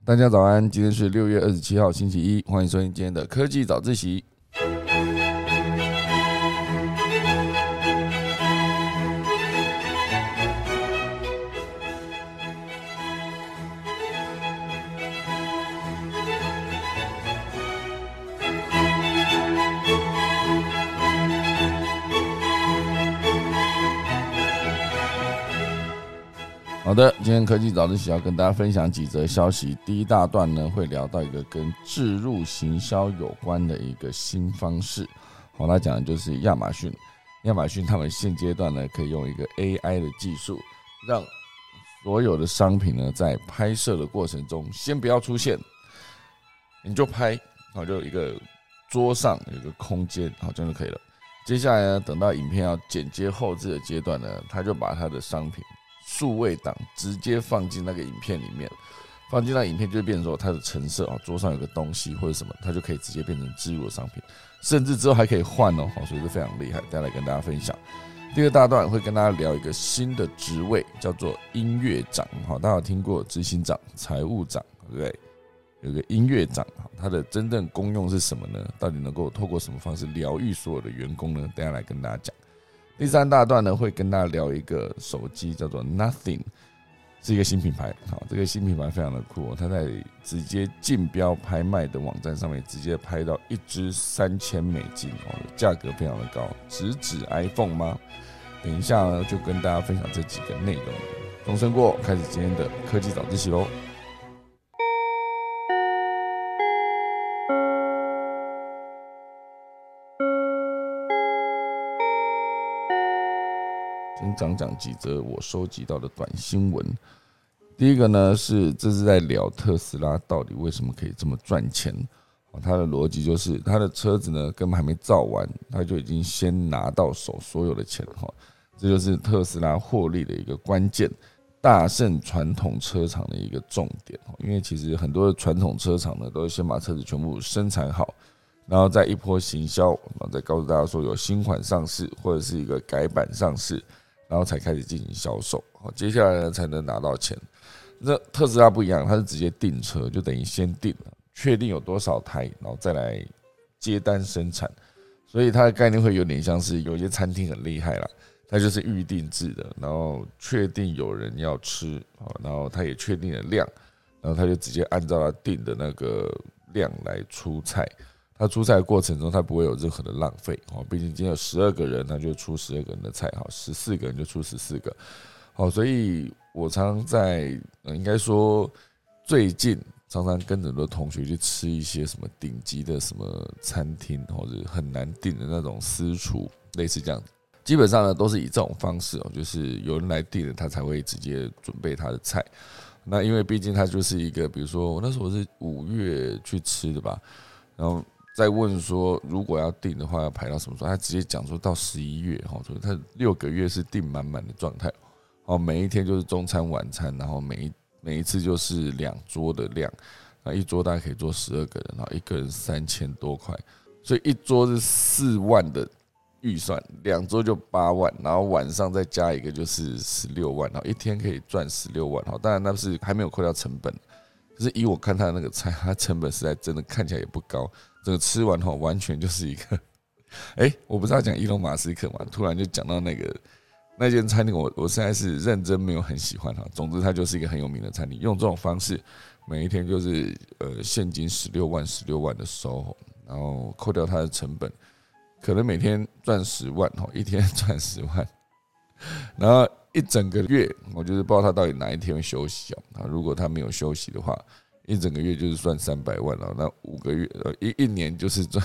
大家早安，今天是6月27号星期一，欢迎收听今天的科技早自习。好的，今天科技早自习要跟大家分享几则消息。第一大段呢，会聊到一个跟置入行销有关的一个新方式。好，他讲的就是亚马逊。亚马逊他们现阶段呢，可以用一个 AI 的技术，让所有的商品呢，在拍摄的过程中，先不要出现，你就拍，好，就有一个桌上有一个空间，好，这样就可以了。接下来呢，等到影片要剪接后置的阶段呢，他就把他的商品数位档直接放进那个影片里面，放进那影片就会变成说它的成色啊，桌上有个东西或者什么，它就可以直接变成置入的商品，甚至之后还可以换哦，所以是非常厉害。再来跟大家分享。第二大段会跟大家聊一个新的职位，叫做音乐长。大家有听过执行长、财务长，对不对？有个音乐长，它的真正功用是什么呢？到底能够透过什么方式疗愈所有的员工呢？等一下来跟大家讲。第三大段呢，会跟大家聊一个手机，叫做 Nothing， 是一个新品牌。好，这个新品牌非常的酷，它在直接竞标拍卖的网站上面，直接拍到一支$3000，价格非常的高，直指 iPhone 吗？等一下呢，就跟大家分享这几个内容。钟声过，开始今天的科技早自习喽。先讲几则我收集到的短新闻。第一个呢这是在聊特斯拉到底为什么可以这么赚钱。它的逻辑就是它的车子呢根本还没造完，它就已经先拿到手所有的钱，这就是特斯拉获利的一个关键，大胜传统车厂的一个重点。因为其实很多的传统车厂呢都会先把车子全部生产好，然后再一波行销，然后再告诉大家说有新款上市或者是一个改版上市，然后才开始进行销售，接下来呢才能拿到钱。那特斯拉不一样，它是直接订车，就等于先订了，确定有多少台，然后再来接单生产。所以它的概念会有点像是有些餐厅很厉害啦，它就是预定制的，然后确定有人要吃，然后它也确定了量，然后它就直接按照它订的那个量来出菜。他出菜的过程中，他不会有任何的浪费，毕竟今天有12个人，他就出12个人的菜，14个人就出14个，所以我常常在应该说最近常常跟很多同学去吃一些什么顶级的什么餐厅，或者很难订的那种私厨，类似这样。基本上呢都是以这种方式，就是有人来订了，他才会直接准备他的菜。那因为毕竟他就是一个，比如说我那时候是5月去吃的吧，然后再问说，如果要订的话，要排到什么时候？他直接讲说到11月，所以他6个月是订满满的状态。每一天就是中餐、晚餐，然后每一次就是2桌的量，一桌大概可以坐12个人，然后一个人3000多块，所以一桌是4万的预算，2桌就8万，然后晚上再加一个就是16万，然后一天可以赚16万。当然那是还没有扣掉成本，可是以我看他的那个菜，他成本实在真的看起来也不高。整个吃完后完全就是一个，我不是要讲伊隆马斯克嘛，突然就讲到那间餐厅，我现在是认真没有很喜欢。总之它就是一个很有名的餐厅，用这种方式每一天就是现金16万的收，然后扣掉它的成本，可能每天赚10万，一天赚10万，然后一整个月我就是不知道他到底哪一天会休息啊。如果他没有休息的话，一整个月就是赚300万，那5个月一年就是赚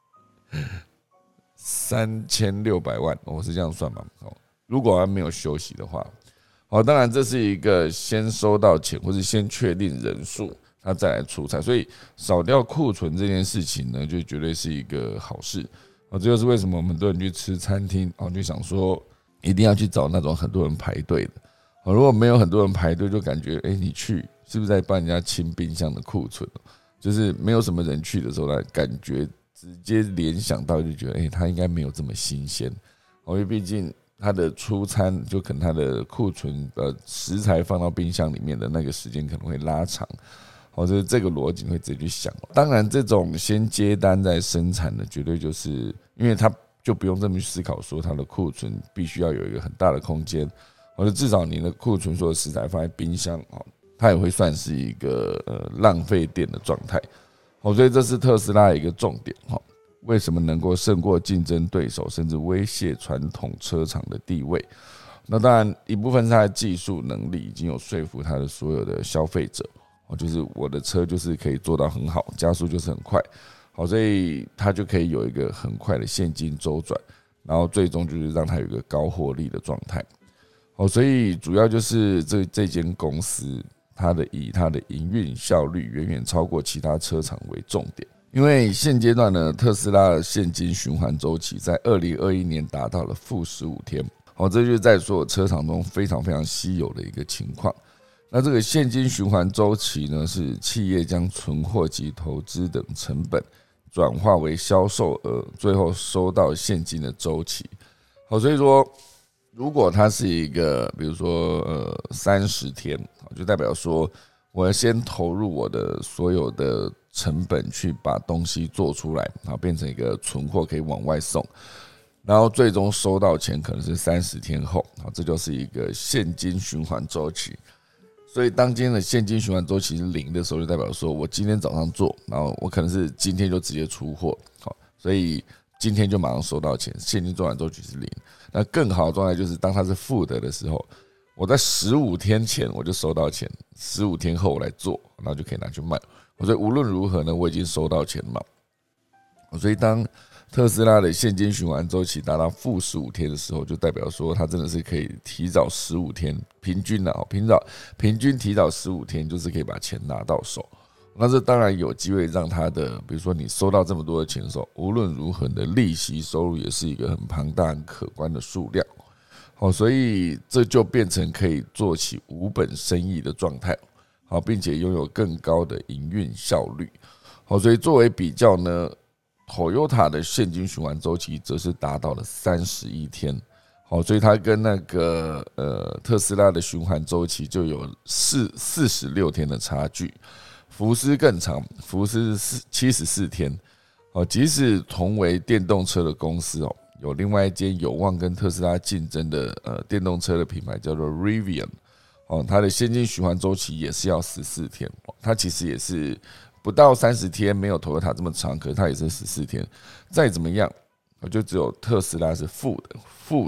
3600万，我是这样算嘛？如果他没有休息的话，当然这是一个先收到钱或是先确定人数，他再来出菜，所以少掉库存这件事情呢，就绝对是一个好事。这就是为什么我们很多人去吃餐厅，就想说一定要去找那种很多人排队的。如果没有很多人排队，就感觉你去是不是在帮人家清冰箱的库存？就是没有什么人去的时候呢，感觉直接联想到就觉得，它应该没有这么新鲜，因为毕竟它的出餐就可能它的库存食材放到冰箱里面的那个时间可能会拉长， 就是这个逻辑你会直接去想。当然，这种先接单再生产的，绝对就是因为它就不用这么去思考说它的库存必须要有一个很大的空间，或者至少你的库存所有食材放在冰箱，它也会算是一个浪费电的状态。所以这是特斯拉的一个重点。为什么能够胜过竞争对手，甚至威胁传统车厂的地位？那当然一部分是它的技术能力已经有说服它的所有的消费者，就是我的车就是可以做到很好，加速就是很快，所以它就可以有一个很快的现金周转，然后最终就是让它有一个高获利的状态。所以主要就是这间公司以它的营运效率远远超过其他车厂为重点。因为现阶段呢，特斯拉的现金循环周期在2021年达到了-15天，这就是在所有车厂中非常非常稀有的一个情况。那这个现金循环周期呢，是企业将存货及投资等成本转化为销售额，最后收到现金的周期。所以说，如果它是一个，比如说30天，就代表说我要先投入我的所有的成本去把东西做出来，变成一个存货可以往外送，然后最终收到钱可能是30天后，这就是一个现金循环周期。所以当今天的现金循环周期是0的时候，就代表说我今天早上做，然后我可能是今天就直接出货，所以今天就马上收到钱，现金周转周期是0。那更好的状态就是当它是负的时候，我在15天前我就收到钱，15天后我来做，然后就可以拿去卖。所以无论如何呢，我已经收到钱嘛。所以当特斯拉的现金循环周期达到-15天的时候，就代表说它真的是可以提早15天，平均提早15天，就是可以把钱拿到手。那这当然有机会让它的，比如说你收到这么多的钱的时候，无论如何你的利息收入也是一个很庞大、很可观的数量。所以这就变成可以做起无本生意的状态，并且拥有更高的营运效率。所以作为比较呢，Toyota 的现金循环周期则是达到了31天，所以它跟那个特斯拉的循环周期就有46天的差距。福斯更长，福斯是74天。即使同为电动车的公司，有另外一间有望跟特斯拉竞争的电动车的品牌叫做 Rivian， 它的现金循环周期也是要14天，它其实也是不到30天，没有 Toyota 这么长，可是它也是14天。再怎么样，就只有特斯拉是负的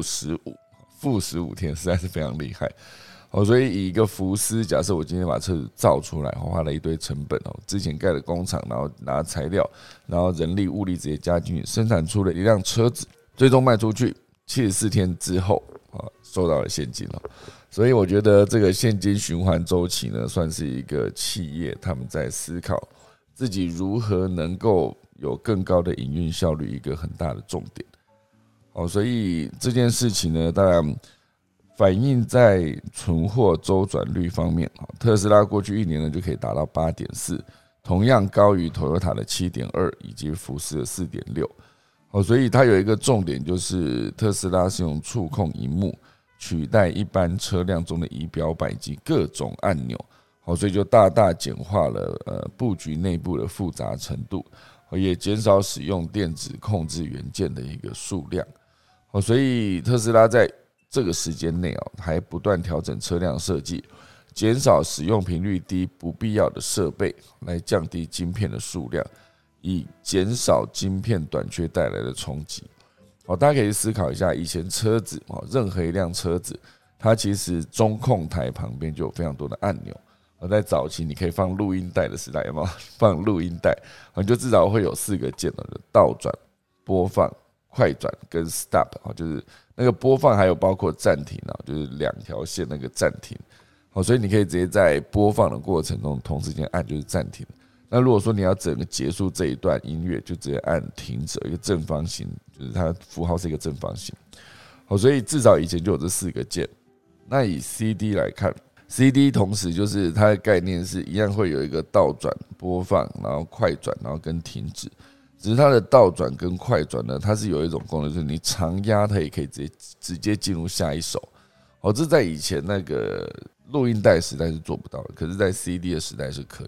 ，-15天，实在是非常厉害。所以以一个福斯，假设我今天把车子造出来，花了一堆成本，之前盖的工厂，然后拿材料，然后人力物力直接加进去，生产出了一辆车子，最终卖出去74天之后收到了现金了。所以我觉得这个现金循环周期呢，算是一个企业他们在思考自己如何能够有更高的营运效率一个很大的重点。所以这件事情呢，当然反映在存货周转率方面，特斯拉过去1年呢就可以达到 8.4， 同样高于 Toyota 的 7.2 以及福斯的 4.6。所以它有一个重点，就是特斯拉是用触控萤幕取代一般车辆中的仪表板以及各种按钮，所以就大大简化了布局内部的复杂程度，也减少使用电子控制元件的一个数量。所以特斯拉在这个时间内还不断调整车辆设计，减少使用频率低不必要的设备，来降低晶片的数量，以减少晶片短缺带来的冲击。大家可以思考一下，以前车子任何一辆车子，它其实中控台旁边就有非常多的按钮。在早期你可以放录音带的时代，有没有放录音带？你就至少会有4个键，倒转、播放、快转跟 stop， 就是那个播放还有包括暂停，就是2条线那个暂停。所以你可以直接在播放的过程中同时间按就是暂停。那如果说你要整个结束这一段音乐，就直接按停止，一个正方形，就是它的符号是一个正方形。所以至少以前就有这4个键。那以 CD 来看，CD 同时就是它的概念是一样会有一个倒转、播放，然后快转，然后跟停止。只是它的倒转跟快转呢，它是有一种功能，就是你长压它也可以直接进入下一首。这在以前那个录音带时代是做不到的，可是在 CD 的时代是可以的。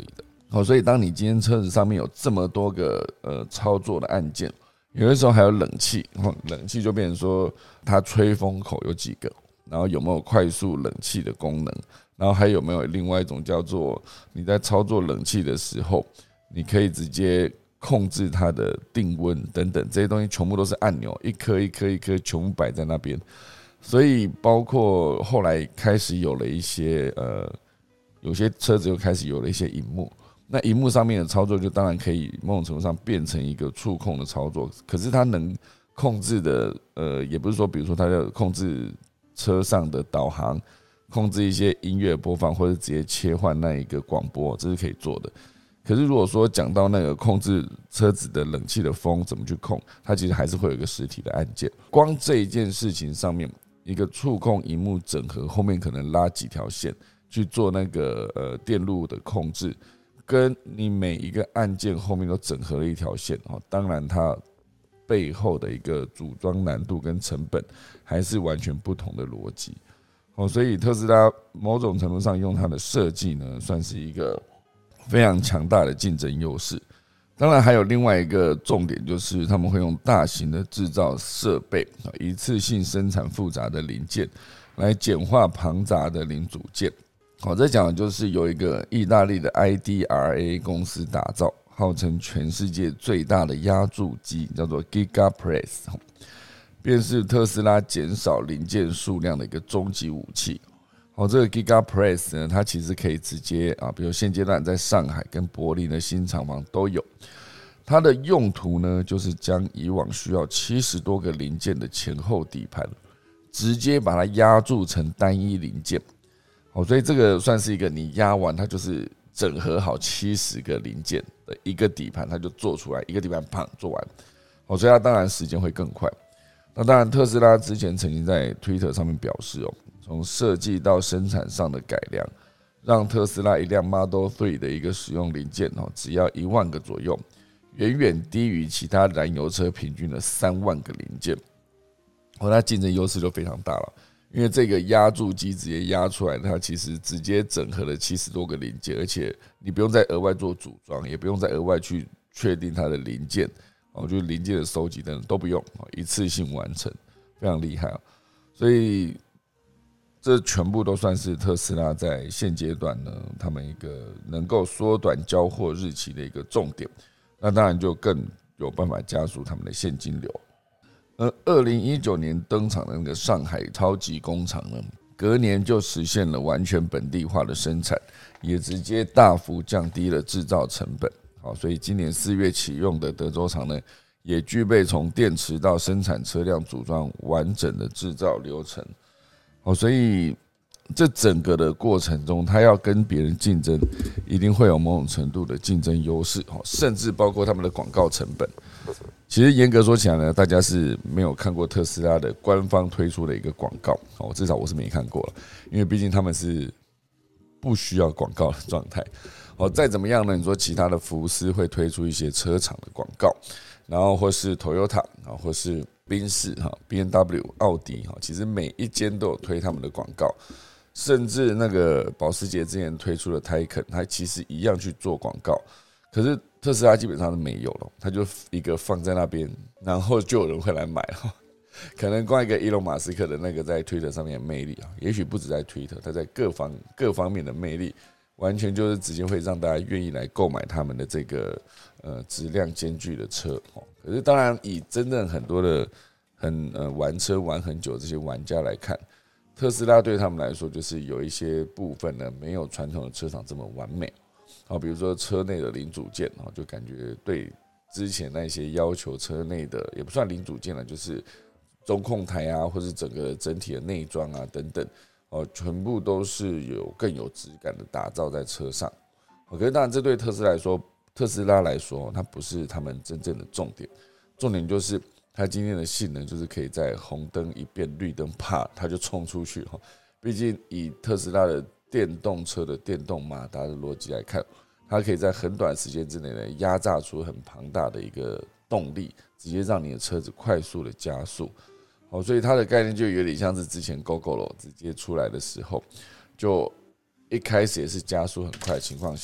所以当你今天车子上面有这么多个操作的按键，有的时候还有冷气，冷气就变成说它吹风口有几个，然后有没有快速冷气的功能，然后还有没有另外一种叫做你在操作冷气的时候，你可以直接控制它的定温等等，这些东西全部都是按钮，一颗一颗一颗全部摆在那边。所以包括后来开始有了一些有些车子又开始有了一些萤幕。那萤幕上面的操作就当然可以某种程度上变成一个触控的操作，可是它能控制的也不是说比如说它要控制车上的导航，控制一些音乐播放或者直接切换那一个广播，这是可以做的。可是如果说讲到那个控制车子的冷气的风怎么去控，它其实还是会有一个实体的按键。光这一件事情上面，一个触控萤幕整合后面可能拉几条线去做那个电路的控制，跟你每一个按键后面都整合了一条线，当然它背后的一个组装难度跟成本还是完全不同的逻辑。所以特斯拉某种程度上用它的设计呢，算是一个非常强大的竞争优势。当然还有另外一个重点，就是他们会用大型的制造设备，一次性生产复杂的零件，来简化庞杂的零组件。这讲的就是有一个意大利的 IDRA 公司打造，号称全世界最大的压铸机，叫做 GigaPress， 便是特斯拉减少零件数量的一个终极武器。这个 GigaPress 呢，它其实可以直接比如现阶段在上海跟柏林的新厂房都有。它的用途呢，就是将以往需要70多个零件的前后底盘，直接把它压铸成单一零件。所以这个算是一个你压完，它就是整合好70个零件的一个底盘，它就做出来，一个底盘砰做完。所以它当然时间会更快。那当然，特斯拉之前曾经在 Twitter 上面表示，从设计到生产上的改良，让特斯拉一辆 Model 3的一个使用零件只要1万个左右，远远低于其他燃油车平均的3万个零件。它竞争优势就非常大了。因为这个压铸机直接压出来，它其实直接整合了70多个零件，而且你不用再额外做组装，也不用再额外去确定它的零件，就是零件的收集等等都不用，一次性完成，非常厉害。所以这全部都算是特斯拉在现阶段呢，他们一个能够缩短交货日期的一个重点。那当然就更有办法加速他们的现金流。2019年登场的那个上海超级工厂呢，隔年就实现了完全本地化的生产，也直接大幅降低了制造成本。所以今年4月启用的德州厂呢，也具备从电池到生产车辆组装完整的制造流程。所以这整个的过程中，它要跟别人竞争，一定会有某种程度的竞争优势，甚至包括他们的广告成本。其实严格说起来呢，大家是没有看过特斯拉的官方推出的一个广告，至少我是没看过了，因为毕竟他们是不需要广告的状态。再怎么样呢？你说其他的福斯会推出一些车厂的广告，然后或是 Toyota 或是宾士、BMW、奥迪，其实每一间都有推他们的广告，甚至那个保时捷之前推出的 Taycan， 它其实一样去做广告。可是特斯拉基本上是没有了，它就一个放在那边，然后就有人会来买了。可能光一个伊隆马斯克的那个在 Twitter 上面的魅力，也许不止在 Twitter， 它在各方面的魅力，完全就是直接会让大家愿意来购买他们的这个质量兼具的车。可是当然，以真正很多的玩车玩很久的这些玩家来看，特斯拉对他们来说就是有一些部分呢没有传统的车厂这么完美。比如说车内的零组件，就感觉对之前那些要求车内的也不算零组件了，就是中控台啊，或是整个整体的内装啊等等，全部都是更有质感的打造在车上。可是当然，这对特斯拉来说，它不是他们真正的重点。重点就是它今天的性能，就是可以在红灯一变绿灯，啪，它就冲出去。毕竟以特斯拉的电动车的电动马达的逻辑来看，它可以在很短时间之内呢压榨出很庞大的一个动力，直接让你的车子快速的加速。所以它的概念就有点像是之前 Gogoro 直接出来的时候，就一开始也是加速很快的情况下，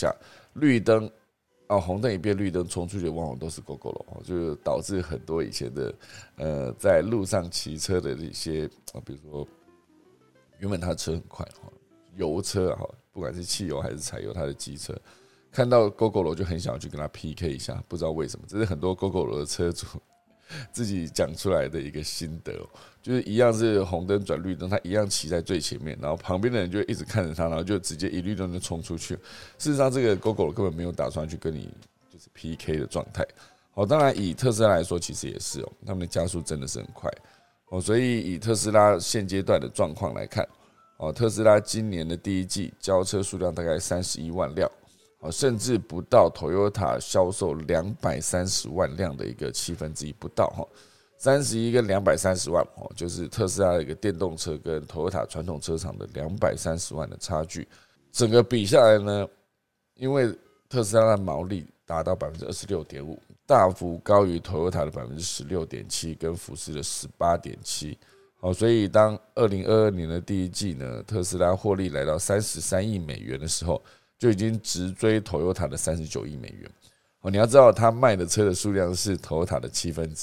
绿灯红灯一变，绿灯冲出去往往都是 Gogoro， 就导致很多以前的在路上骑车的一些比如说原本他车很快油车不管是汽油还是柴油，他的机车看到 Gogoro 就很想要去跟他 PK 一下，不知道为什么，这是很多 Gogoro 的车主自己讲出来的一个心得，就是一样是红灯转绿灯，他一样骑在最前面，然后旁边的人就一直看着他，然后就直接一绿灯就冲出去。事实上，这个 Gogoro 根本没有打算去跟你就是 PK 的状态。当然以特斯拉来说，其实也是他们的加速真的是很快所以以特斯拉现阶段的状况来看，特斯拉今年的第一季交车数量大概31万辆。甚至不到 Toyota 销售230万辆的一个1/7不到31跟230万就是特斯拉的一个电动车跟 Toyota 传统车厂的230万的差距。整个比下来呢，因为特斯拉的毛利达到 26.5%， 大幅高于 Toyota 的 16.7% 跟福斯的 18.7%。所以当2022年的第一季呢，特斯拉获利来到33亿美元的时候，就已经直追 Toyota 的39亿美元。你要知道，他卖的车的数量是 Toyota 的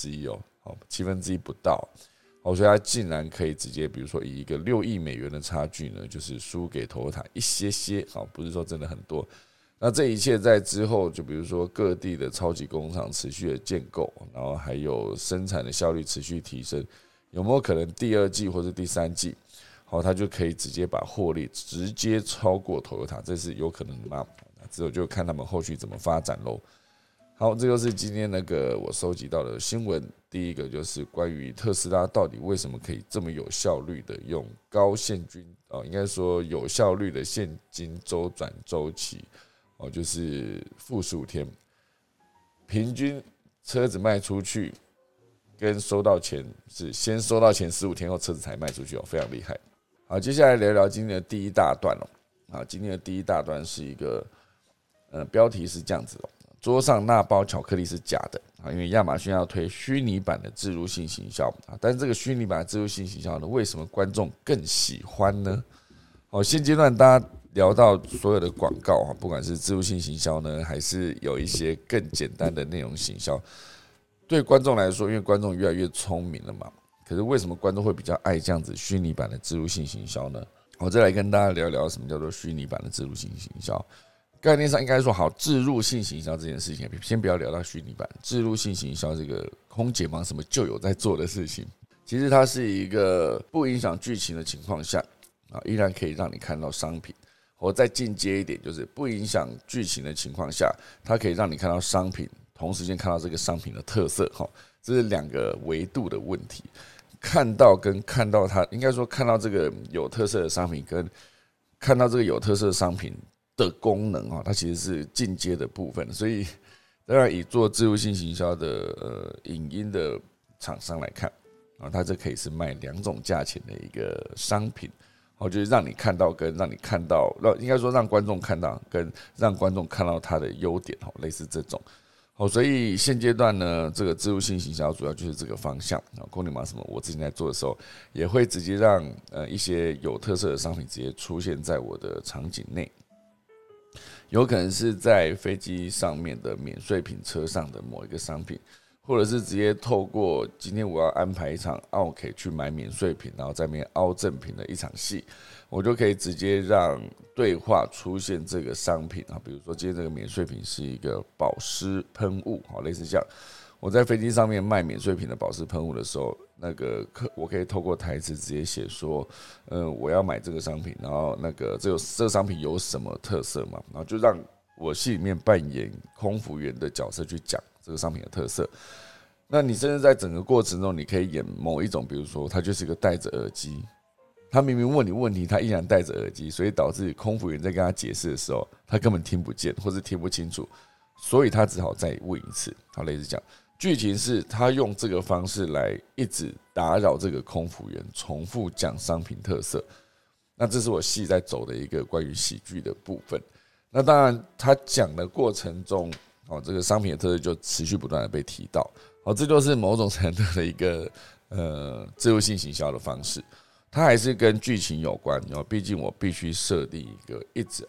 1/7，1/7不到。所以他竟然可以直接，比如说以一个6亿美元的差距呢，就是输给 Toyota 一些，不是说真的很多。那这一切在之后，就比如说各地的超级工厂持续的建构，然后还有生产的效率持续提升，有没有可能第二季或是第三季？它就可以直接把获利直接超过 Toyota， 这是有可能的吗？之后就看他们后续怎么发展咯。好，这就是今天我收集到的新闻。第一个就是关于特斯拉到底为什么可以这么有效率的用高现金应该说有效率的现金周转周期就是负15天，平均车子卖出去跟收到钱是先收到钱15天后车子才卖出去非常厉害。好，接下来聊聊今天的第一大段今天的第一大段是一个标题是这样子桌上那包巧克力是假的因为亚马逊要推虚拟版的置入性行销但是这个虚拟版的置入性行销呢，为什么观众更喜欢呢？现阶段大家聊到所有的广告不管是置入性行销呢，还是有一些更简单的内容行销，对观众来说，因为观众越来越聪明了嘛。可是为什么观众会比较爱这样子虚拟版的置入性行销呢？我再来跟大家聊聊什么叫做虚拟版的置入性行销。概念上应该说好，置入性行销这件事情，先不要聊到虚拟版，置入性行销这个空姐忙什么就有在做的事情，其实它是一个不影响剧情的情况下依然可以让你看到商品。我再进阶一点，就是不影响剧情的情况下，它可以让你看到商品，同时间看到这个商品的特色这是2个维度的问题。看到跟看到它，应该说看到这个有特色的商品跟看到这个有特色的商品的功能它其实是进阶的部分。所以当然以做置入性行销的影音的厂商来看它这可以是卖2种价钱的一个商品就是让你看到跟让你看到，应该说让观众看到跟让观众看到它的优点类似这种。所以现阶段呢，这个置入性行销主要就是这个方向。空姐忙什么，我之前在做的时候，也会直接让一些有特色的商品直接出现在我的场景内，有可能是在飞机上面的免税品车上的某一个商品，或者是直接透过今天我要安排一场奥 K 去买免税品，然后在那边凹正品的一场戏，我就可以直接让对话出现这个商品比如说今天这个免税品是一个保湿喷雾类似这样。我在飞机上面卖免税品的保湿喷雾的时候，我可以透过台词直接写说我要买这个商品，然后这个商品有什么特色嘛，然后就让我戏里面扮演空服员的角色去讲这个商品的特色。那你甚至在整个过程中，你可以演某一种，比如说他就是一个戴着耳机，他明明问你问题，他依然戴着耳机，所以导致空服员在跟他解释的时候，他根本听不见或是听不清楚，所以他只好再问一次。好，类似讲剧情是他用这个方式来一直打扰这个空服员，重复讲商品特色。那这是我戏在走的一个关于喜剧的部分。那当然，他讲的过程中，这个商品的特色就持续不断的被提到。这就是某种程度的一个置入性行销的方式。它还是跟剧情有关，毕竟我必须设定一个一直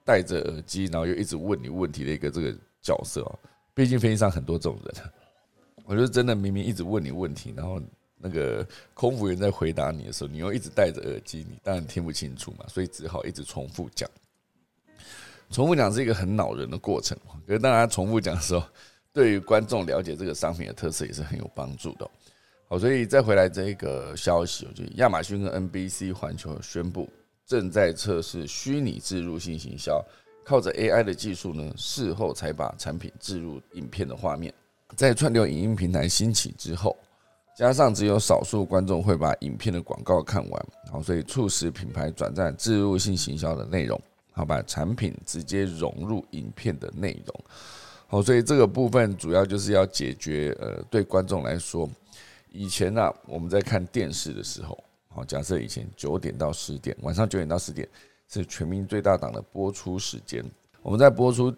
戴着耳机，然后又一直问你问题的一个这个角色哦。毕竟飞机上很多这种人，我觉得真的明明一直问你问题，然后那个空服员在回答你的时候，你又一直戴着耳机，你当然听不清楚嘛，所以只好一直重复讲。重复讲是一个很恼人的过程，可是当然重复讲的时候，对于观众了解这个商品的特色也是很有帮助的。好，所以再回来这个消息，就亚马逊跟 NBC 环球宣布正在测试虚拟置入性行销，靠着 AI 的技术呢，事后才把产品置入影片的画面。在串流影音平台兴起之后，加上只有少数观众会把影片的广告看完，好，所以促使品牌转战置入性行销的内容，好，把产品直接融入影片的内容。好，所以这个部分主要就是要解决对观众来说，以前啊我们在看电视的时候，好，假设以前9点到10点，晚上9点到10点是全民最大档的播出时间，我们在播出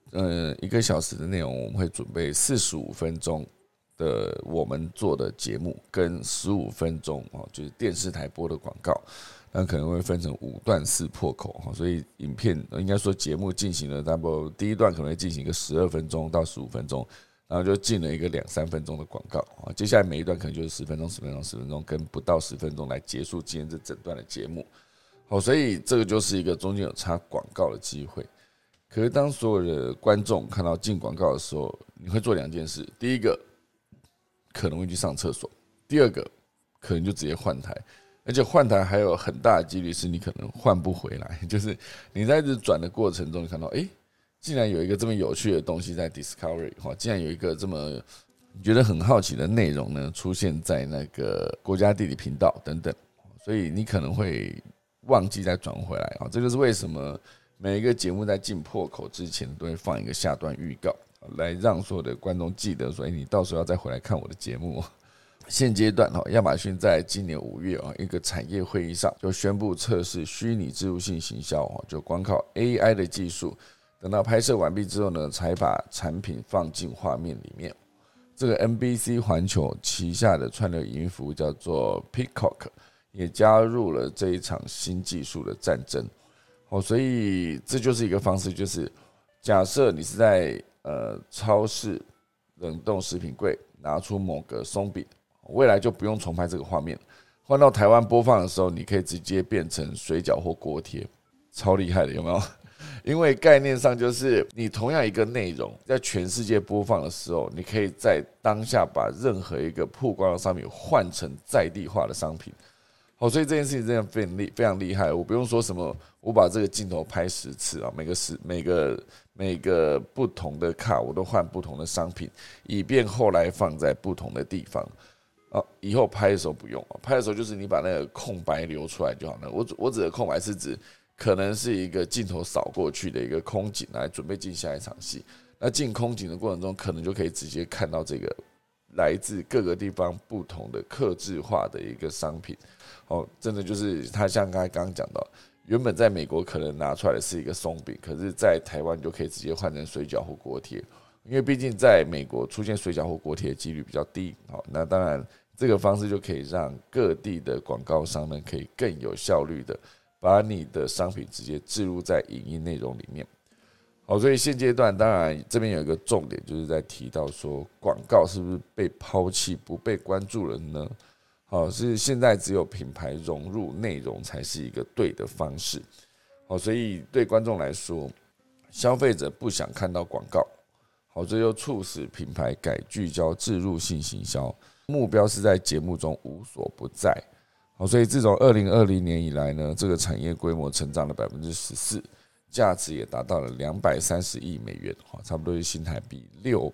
1个小时的内容，我们会准备45分钟的我们做的节目，跟15分钟就是电视台播的广告，那可能会分成5段式破口，所以影片应该说节目进行了差不多第一段可能会进行一个12分钟到15分钟，然后就进了一个2-3分钟的广告，接下来每一段可能就是10分钟、10分钟、10分钟，跟不到10分钟来结束今天这整段的节目。好，所以这个就是一个中间有插广告的机会。可是当所有的观众看到进广告的时候，你会做2件事：第一个可能会去上厕所，第二个可能就直接换台，而且换台还有很大的几率是你可能换不回来，就是你在这转的过程中，你看到竟然有一个这么有趣的东西在 Discovery， 竟然有一个这么你觉得很好奇的内容呢出现在那个国家地理频道等等，所以你可能会忘记再转回来，这就是为什么每一个节目在进破口之前都会放一个下段预告，来让所有的观众记得说，你到时候要再回来看我的节目。现阶段，亚马逊在今年5月一个产业会议上就宣布测试虚拟置入性行销，就光靠 AI 的技术，等到拍摄完毕之后呢，才把产品放进画面里面。这个 NBC 环球旗下的串流影音服务叫做 Peacock， 也加入了这一场新技术的战争。所以这就是一个方式，就是假设你是在超市冷冻食品柜拿出某个松饼，未来就不用重拍这个画面，换到台湾播放的时候，你可以直接变成水饺或锅贴，超厉害的，有没有？因为概念上就是你同样一个内容在全世界播放的时候，你可以在当下把任何一个曝光的商品换成在地化的商品。好，所以这件事情真的非常厉害，我不用说什么，我把这个镜头拍10次啊，每个不同的卡我都换不同的商品，以便后来放在不同的地方。以后拍的时候不用，拍的时候就是你把那个空白留出来就好了。我指的空白是指可能是一个镜头扫过去的一个空景，来准备进下一场戏。那进空景的过程中，可能就可以直接看到这个来自各个地方不同的客制化的一个商品。真的就是他像刚刚讲到，原本在美国可能拿出来的是一个松饼，可是在台湾就可以直接换成水饺或锅贴，因为毕竟在美国出现水饺或锅贴的几率比较低。那当然这个方式就可以让各地的广告商呢，可以更有效率的把你的商品直接置入在影音内容里面。好，所以现阶段当然这边有一个重点，就是在提到说广告是不是被抛弃不被关注了呢？好，是现在只有品牌融入内容才是一个对的方式。好，所以对观众来说，消费者不想看到广告，好，这又促使品牌改聚焦置入性行销，目标是在节目中无所不在。好，所以自从2020年以来呢，这个产业规模成长了14%，价值也达到了230亿美元，差不多是新台币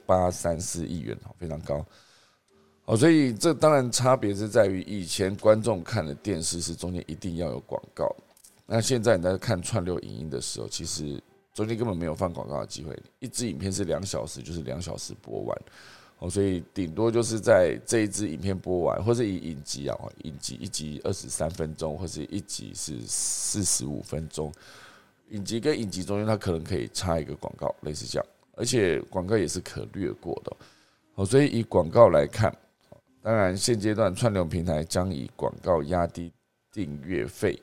6834亿元，非常高。所以这当然差别是在于，以前观众看的电视是中间一定要有广告，那现在你在看串流影音的时候，其实中间根本没有放广告的机会，一支影片是2小时，就是2小时播完。所以顶多就是在这一支影片播完，或是以影集影集一集23分钟，或是一集是45分钟，影集跟影集中间它可能可以插一个广告，类似这样，而且广告也是可略过的。所以以广告来看，当然现阶段串流平台将以广告压低订阅费，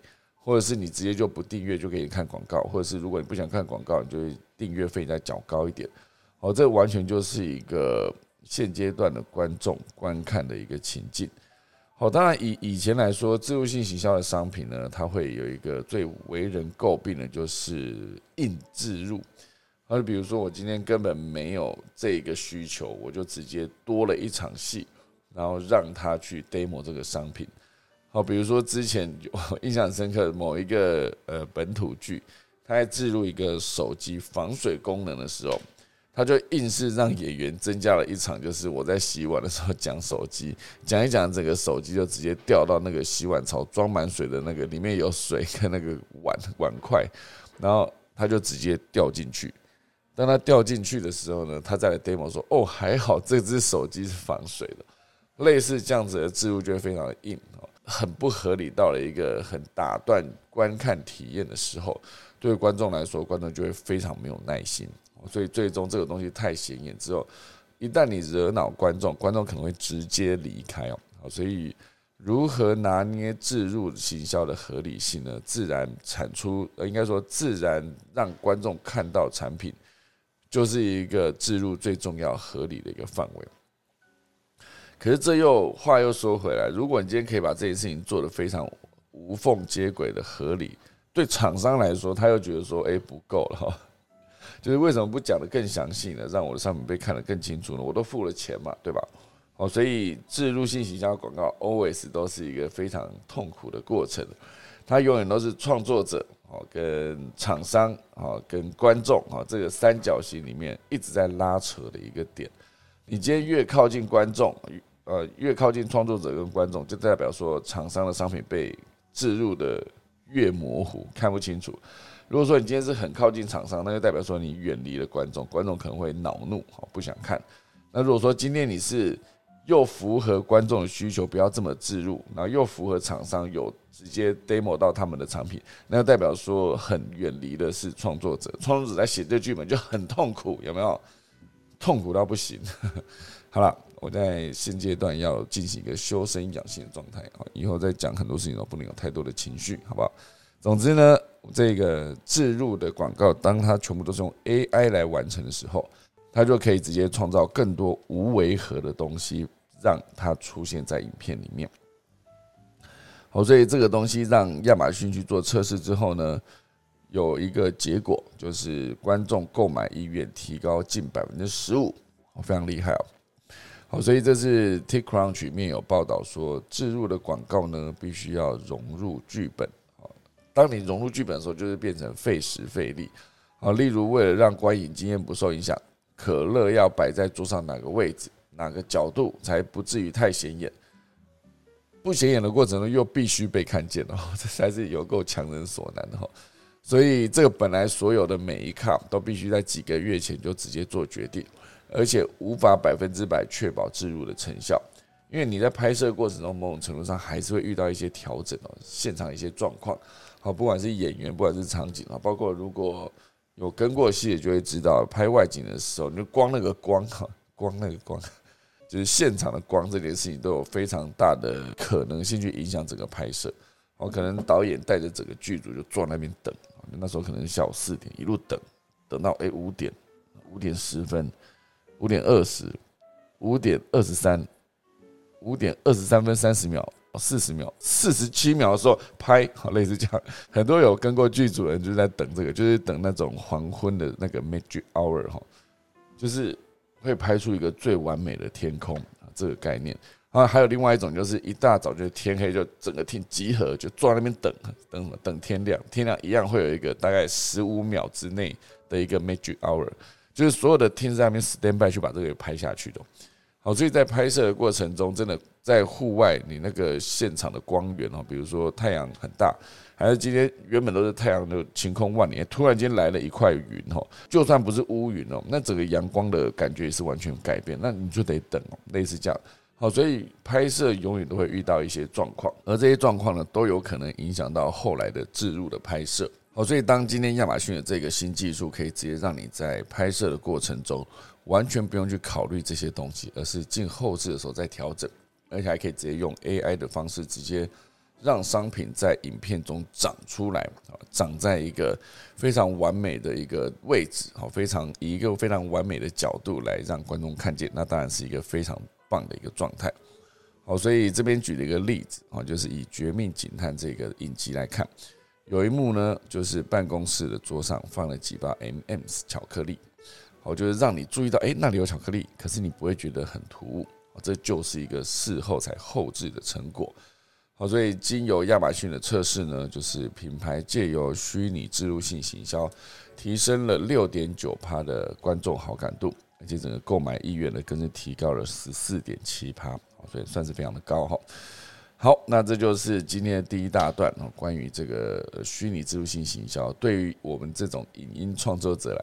或者是你直接就不订阅就可以看广告，或者是如果你不想看广告，你就订阅费再缴高一点。好，这完全就是一个现阶段的观众观看的一个情境。好，当然以前来说，置入性行销的商品呢，它会有一个最为人诟病的就是硬置入。就比如说我今天根本没有这个需求，我就直接多了一场戏，然后让他去 demo 这个商品。好，比如说之前我印象很深刻的某一个本土剧，他在置入一个手机防水功能的时候，他就硬是让演员增加了一场，就是我在洗碗的时候讲手机，讲一讲，整个手机就直接掉到那个洗碗槽装满水的那个里面有水跟那个碗块，然后他就直接掉进去。当他掉进去的时候呢，他再来 demo 说：“哦，还好这只手机是防水的。”类似这样子的置入就会非常的硬，很不合理，到了一个很打断观看体验的时候，对观众来说，观众就会非常没有耐心。所以最终这个东西太显眼之后，一旦你惹恼观众，观众可能会直接离开哦。所以如何拿捏置入行销的合理性呢？自然产出，应该说自然让观众看到产品，就是一个置入最重要合理的一个范围。可是话又说回来，如果你今天可以把这件事情做得非常无缝接轨的合理，对厂商来说，他又觉得说，不够了，就是为什么不讲得更详细呢？让我的商品被看得更清楚呢？我都付了钱嘛，对吧？所以置入性行销广告 always 都是一个非常痛苦的过程，它永远都是创作者跟厂商跟观众这个三角形里面一直在拉扯的一个点。你今天越靠近观众，越靠近创作者跟观众，就代表说厂商的商品被置入的越模糊，看不清楚。如果说你今天是很靠近厂商，那就代表说你远离了观众，观众可能会恼怒，不想看。那如果说今天你是又符合观众的需求，不要这么置入，然后又符合厂商有直接 demo 到他们的产品，那就代表说很远离的是创作者。创作者在写这剧本就很痛苦，有没有？痛苦到不行。好了，我在现阶段要进行一个修身养性的状态，以后再讲很多事情都不能有太多的情绪，好不好？总之呢，这个置入的广告，当它全部都是用 AI 来完成的时候，它就可以直接创造更多无违和的东西，让它出现在影片里面。好，所以这个东西让亚马逊去做测试之后呢，有一个结果，就是观众购买意愿提高近15%，非常厉害哦。好，所以这是 TechCrunch 里面有报道说，置入的广告呢，必须要融入剧本。当你融入剧本的时候，就是变成费时费力。例如为了让观影经验不受影响，可乐要摆在桌上哪个位置、哪个角度才不至于太显眼。不显眼的过程中又必须被看见，这才是有够强人所难的。所以这个本来所有的每一卡都必须在几个月前就直接做决定，而且无法100%确保置入的成效，因为你在拍摄过程中某种程度上还是会遇到一些调整，现场一些状况。不管是演员，不管是场景，包括如果有跟过戏的就会知道，拍外景的时候，你就光那个光，就是现场的光这件事情都有非常大的可能性去影响整个拍摄。可能导演带着整个剧组就坐在那边等，那时候可能下午4点，一路等到5点10分、5点20、5点23、5点23分30秒。40秒、47秒的时候拍，类似这样。很多有跟过剧组的人就在等这个，就是等那种黄昏的那个 magic hour， 就是会拍出一个最完美的天空这个概念。还有另外一种，就是一大早就天黑，就整个厅集合，就坐在那边等天亮。天亮一样会有一个大概15秒之内的一个 magic hour， 就是所有的厅在那边 stand by 去把这个拍下去的。好，所以在拍摄的过程中，真的在户外，你那个现场的光源比如说太阳很大，还是今天原本都是太阳的晴空万里，突然间来了一块云就算不是乌云那整个阳光的感觉也是完全改变，那你就得等类似这样。好，所以拍摄永远都会遇到一些状况，而这些状况呢，都有可能影响到后来的置入的拍摄。好，所以当今天亚马逊的这个新技术可以直接让你在拍摄的过程中完全不用去考虑这些东西，而是进后置的时候再调整，而且还可以直接用 AI 的方式直接让商品在影片中长出来，长在一个非常完美的一个位置，以一个非常完美的角度来让观众看见，那当然是一个非常棒的一个状态。好，所以这边举了一个例子，就是以《绝命警探》这个影集来看，有一幕呢，就是办公室的桌上放了几包 M&M's 巧克力，好，就是让你注意到，那里有巧克力，可是你不会觉得很突兀，这就是一个事后才后置的成果。好，所以经由亚马逊的测试呢，就是品牌借由虚拟置入性行销，提升了 6.9% 的观众好感度，而且整个购买意愿呢更是提高了 14.7%， 所以算是非常的高哈。好，那这就是今天的第一大段关于这个虚拟置入性行销，对于我们这种影音创作者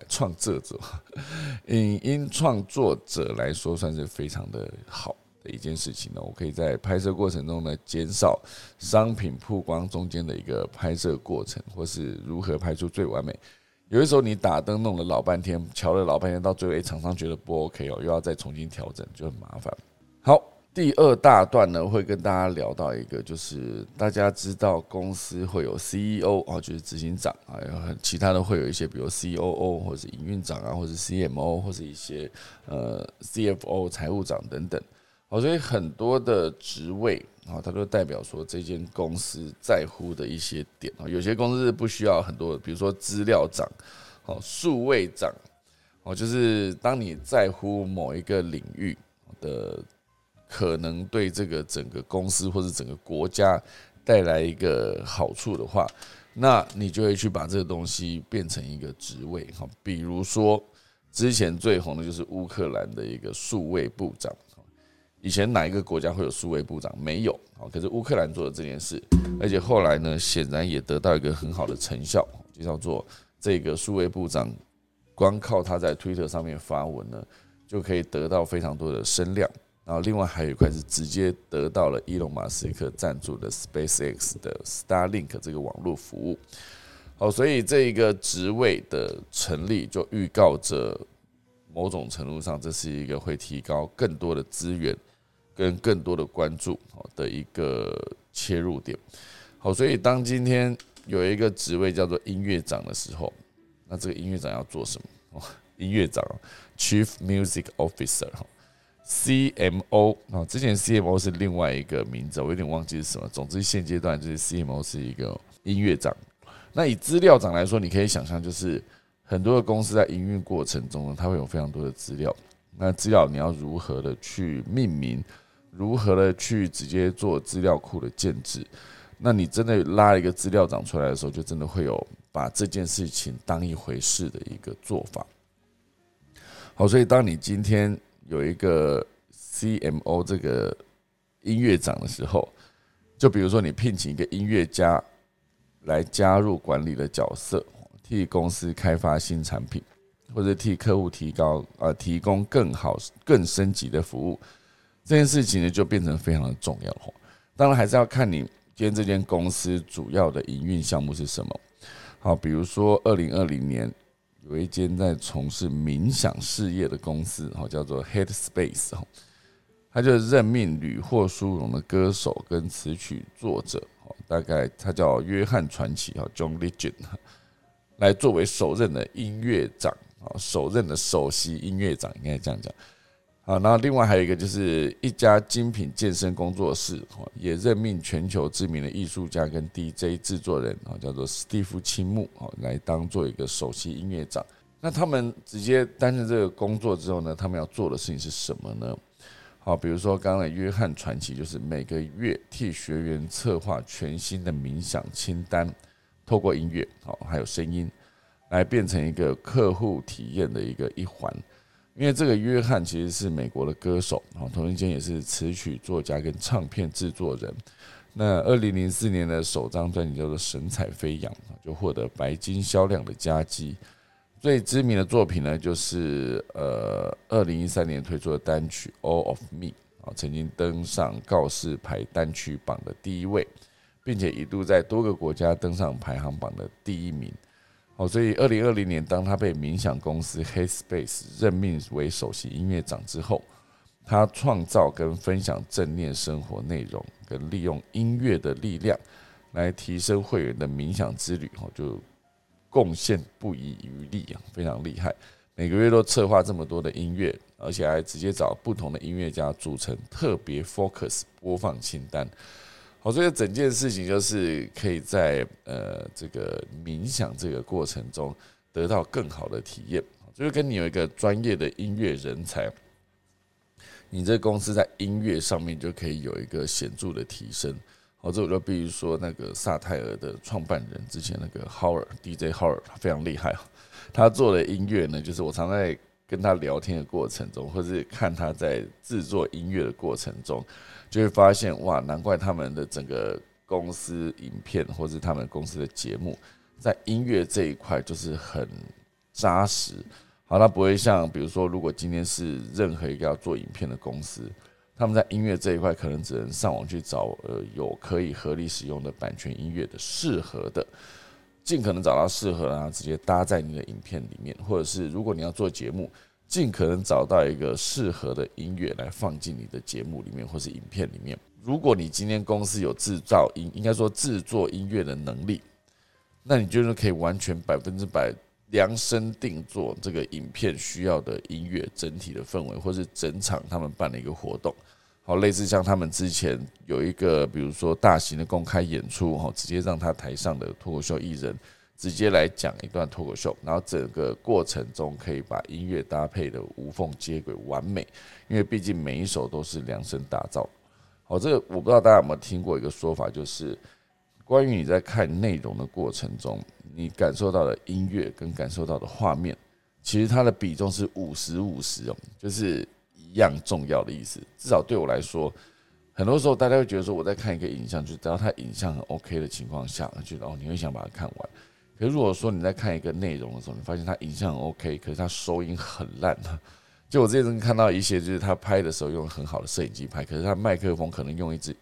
来说，算是非常的好的一件事情呢。我可以在拍摄过程中呢，减少商品曝光中间的一个拍摄过程，或是如何拍出最完美。有的时候你打灯弄了老半天，瞧了老半天，到最后厂商觉得不 OK 又要再重新调整，就很麻烦。好。第二大段呢，会跟大家聊到一个，就是大家知道公司会有 CEO 就是执行长啊，其他的会有一些，比如 COO 或者营运长啊，或者 CMO 或者一些CFO 财务长等等。好，所以很多的职位它都代表说这间公司在乎的一些点。有些公司不需要很多，比如说资料长、数位长，就是当你在乎某一个领域的。可能对这个整个公司或者整个国家带来一个好处的话，那你就会去把这个东西变成一个职位。比如说之前最红的就是乌克兰的一个数位部长。以前哪一个国家会有数位部长？没有。可是乌克兰做了这件事，而且后来呢，显然也得到一个很好的成效，就叫做这个数位部长光靠他在 Twitter 上面发文呢，就可以得到非常多的声量。然后另外还有一块是直接得到了伊隆马斯克赞助的 SpaceX 的 Starlink 这个网络服务。好，所以这一个职位的成立就预告着某种程度上，这是一个会提高更多的资源跟更多的关注的一个切入点。好，所以当今天有一个职位叫做音乐长的时候，那这个音乐长要做什么？音乐长 Chief Music Officer。CMO 之前 CMO 是另外一个名字，我有点忘记是什么。总之现阶段就是 CMO 是一个音乐长。那以资料长来说，你可以想象，就是很多的公司在营运过程中呢，它会有非常多的资料。那资料你要如何的去命名，如何的去直接做资料库的建制？那你真的拉一个资料长出来的时候，就真的会有把这件事情当一回事的一个做法。好，所以当你今天有一个 CMO 这个音乐长的时候，就比如说你聘请一个音乐家来加入管理的角色，替公司开发新产品，或者替客户提供更好、更升级的服务，这件事情呢就变成非常的重要。当然还是要看你今天这间公司主要的营运项目是什么。好，比如说2020年。有一间在从事冥想事业的公司，叫做 Headspace， 他就任命屡获殊荣的歌手跟词曲作者，大概他叫约翰传奇 John Legend， 来作为首任的音乐长，首任的首席音乐长，应该这样讲。好，然后另外还有一个就是一家精品健身工作室，也任命全球知名的艺术家跟 DJ 制作人，叫做史蒂夫青木，来当做一个首席音乐长。那他们直接担任这个工作之后呢，他们要做的事情是什么呢？好，比如说刚刚的约翰传奇，就是每个月替学员策划全新的冥想清单，透过音乐还有声音，来变成一个客户体验的一环。因为这个约翰其实是美国的歌手，同时间也是词曲作家跟唱片制作人。那2004年的首张专辑叫做《神采飞扬》，就获得白金销量的佳绩。最知名的作品呢，就是2013年推出的单曲《All of Me》，曾经登上告示牌单曲榜的第1位，并且一度在多个国家登上排行榜的第1名。所以2020年，当他被冥想公司 Headspace 任命为首席音乐长之后， 他创造跟分享正念生活内容，跟利用音乐的力量来提升会员的冥想之旅，就贡献不遗余力，非常厉害。每个月都策划这么多的音乐，而且还直接找不同的音乐家组成特别 focus 播放清单。好，所以整件事情就是可以在这个冥想这个过程中得到更好的体验，就是跟你有一个专业的音乐人才，你这公司在音乐上面就可以有一个显著的提升。好，这我就比如说那个萨泰尔的创办人，之前那个 Howard DJ Howard 非常厉害，他做的音乐呢，就是我常在跟他聊天的过程中，或是看他在制作音乐的过程中，就会发现哇，难怪他们的整个公司影片或是他们公司的节目，在音乐这一块就是很扎实。好，它不会像比如说，如果今天是任何一个要做影片的公司，他们在音乐这一块可能只能上网去找有可以合理使用的版权音乐的适合的，尽可能找到适合，然后直接搭在你的影片里面，或者是如果你要做节目，尽可能找到一个适合的音乐来放进你的节目里面或是影片里面。如果你今天公司有应该说制作音乐的能力，那你就是可以完全100%量身定做这个影片需要的音乐整体的氛围，或是整场他们办的一个活动。好，类似像他们之前有一个，比如说大型的公开演出，直接让他台上的脱口秀艺人直接来讲一段脱口秀，然后整个过程中可以把音乐搭配的无缝接轨完美，因为毕竟每一首都是量身打造。好，这个我不知道大家有没有听过一个说法，就是关于你在看内容的过程中，你感受到的音乐跟感受到的画面，其实它的比重是50-50哦，就是一样重要的意思。至少对我来说，很多时候大家会觉得说我在看一个影像，就只要它影像很 OK 的情况下，觉得你会想把它看完。可是如果说你在看一个内容的时候，你发现它影像很 OK， 可是它收音很烂。就我之前看到一些，就是他拍的时候用很好的摄影机拍，可是他麦克风可能用一支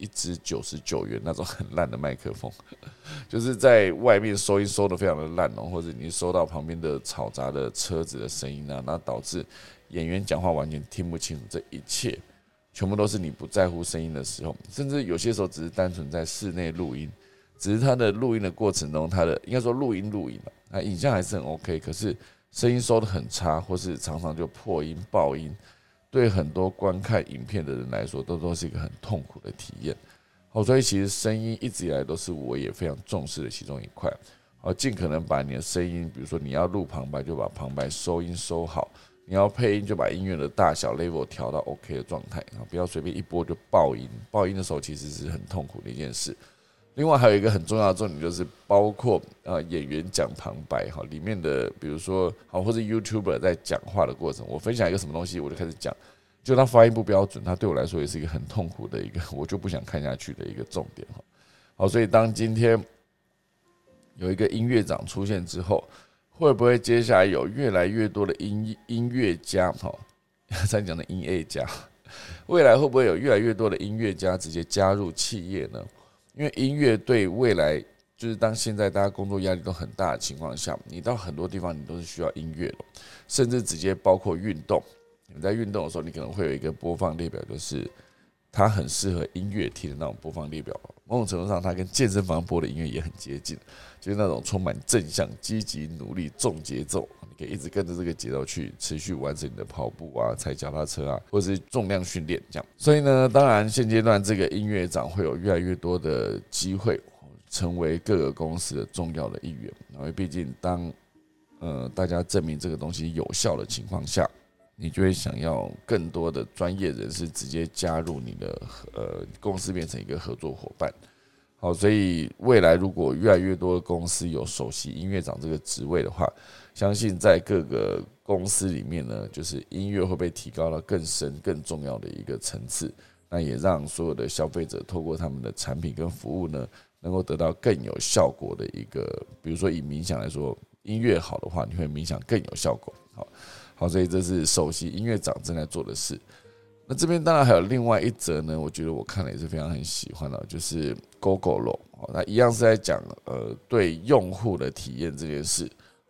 99元那种很烂的麦克风，就是在外面收音收得非常的烂哦，或者你收到旁边的嘈杂的车子的声音啊，那导致演员讲话完全听不清楚，这一切全部都是你不在乎声音的时候，甚至有些时候只是单纯在室内录音，只是他的录音的过程中，他的应该说录音嘛，他影像还是很 OK， 可是声音收得很差，或是常常就破音爆音，对很多观看影片的人来说，都是一个很痛苦的体验。好，所以其实声音一直以来都是我也非常重视的其中一块。好，尽可能把你的声音，比如说你要录旁白，就把旁白收音收好；你要配音，就把音乐的大小 level 调到 OK 的状态，不要随便一播就爆音。爆音的时候其实是很痛苦的一件事。另外还有一个很重要的重点，就是包括演员讲旁白哈，里面的比如说好或者 YouTuber 在讲话的过程，我分享一个什么东西，我就开始讲，就他发音不标准，他对我来说也是一个很痛苦的一个，我就不想看下去的一个重点哈。好，所以当今天有一个音乐长出现之后，会不会接下来有越来越多的音乐家哈，咱讲的音乐家，未来会不会有越来越多的音乐家直接加入企业呢？因为音乐对未来，就是当现在大家工作压力都很大的情况下，你到很多地方你都是需要音乐的，甚至直接包括运动。你在运动的时候，你可能会有一个播放列表，就是它很适合音乐听的那种播放列表。某种程度上，它跟健身房播的音乐也很接近，就是那种充满正向、积极、努力、重节奏，你可以一直跟着这个节奏去持续完成你的跑步啊、踩脚踏车啊，或者是重量训练这样。所以呢，当然现阶段这个音乐长会有越来越多的机会成为各个公司的重要的一员，因为毕竟当大家证明这个东西有效的情况下，你就会想要更多的专业人士直接加入你的公司，变成一个合作伙伴。好，所以未来如果越来越多的公司有首席音乐长这个职位的话，相信在各个公司里面呢，就是音乐会被提高到更深、更重要的一个层次。那也让所有的消费者透过他们的产品跟服务呢，能够得到更有效果的一个，比如说以冥想来说，音乐好的话，你会冥想更有效果。好，所以这是首席音乐长正在做的事。那这边当然还有另外一则呢，我觉得我看了也是非常很喜欢的，就是 Gogoro， 那一样是在讲对用户的体验这件事。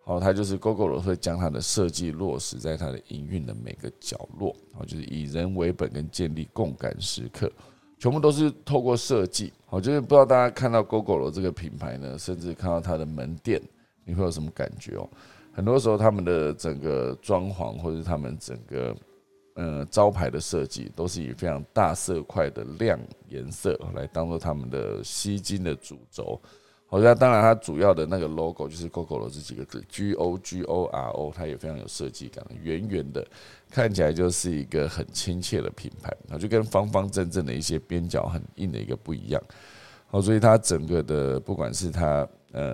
好，它就是 Gogoro 会将它的设计落实在它的营运的每个角落，好，就是以人为本跟建立共感时刻，全部都是透过设计。好，就是不知道大家看到 Gogoro 这个品牌呢，甚至看到它的门店，你会有什么感觉哦？很多时候他们的整个装潢或者他们整个招牌的设计，都是以非常大色块的亮颜色来当做他们的吸睛的主轴。好，那当然它主要的那个 logo 就是 Gogoro 这几个字 ，Gogoro， 它也非常有设计感，圆圆的，看起来就是一个很亲切的品牌，就跟方方正正的一些边角很硬的一个不一样。好，所以它整个的不管是它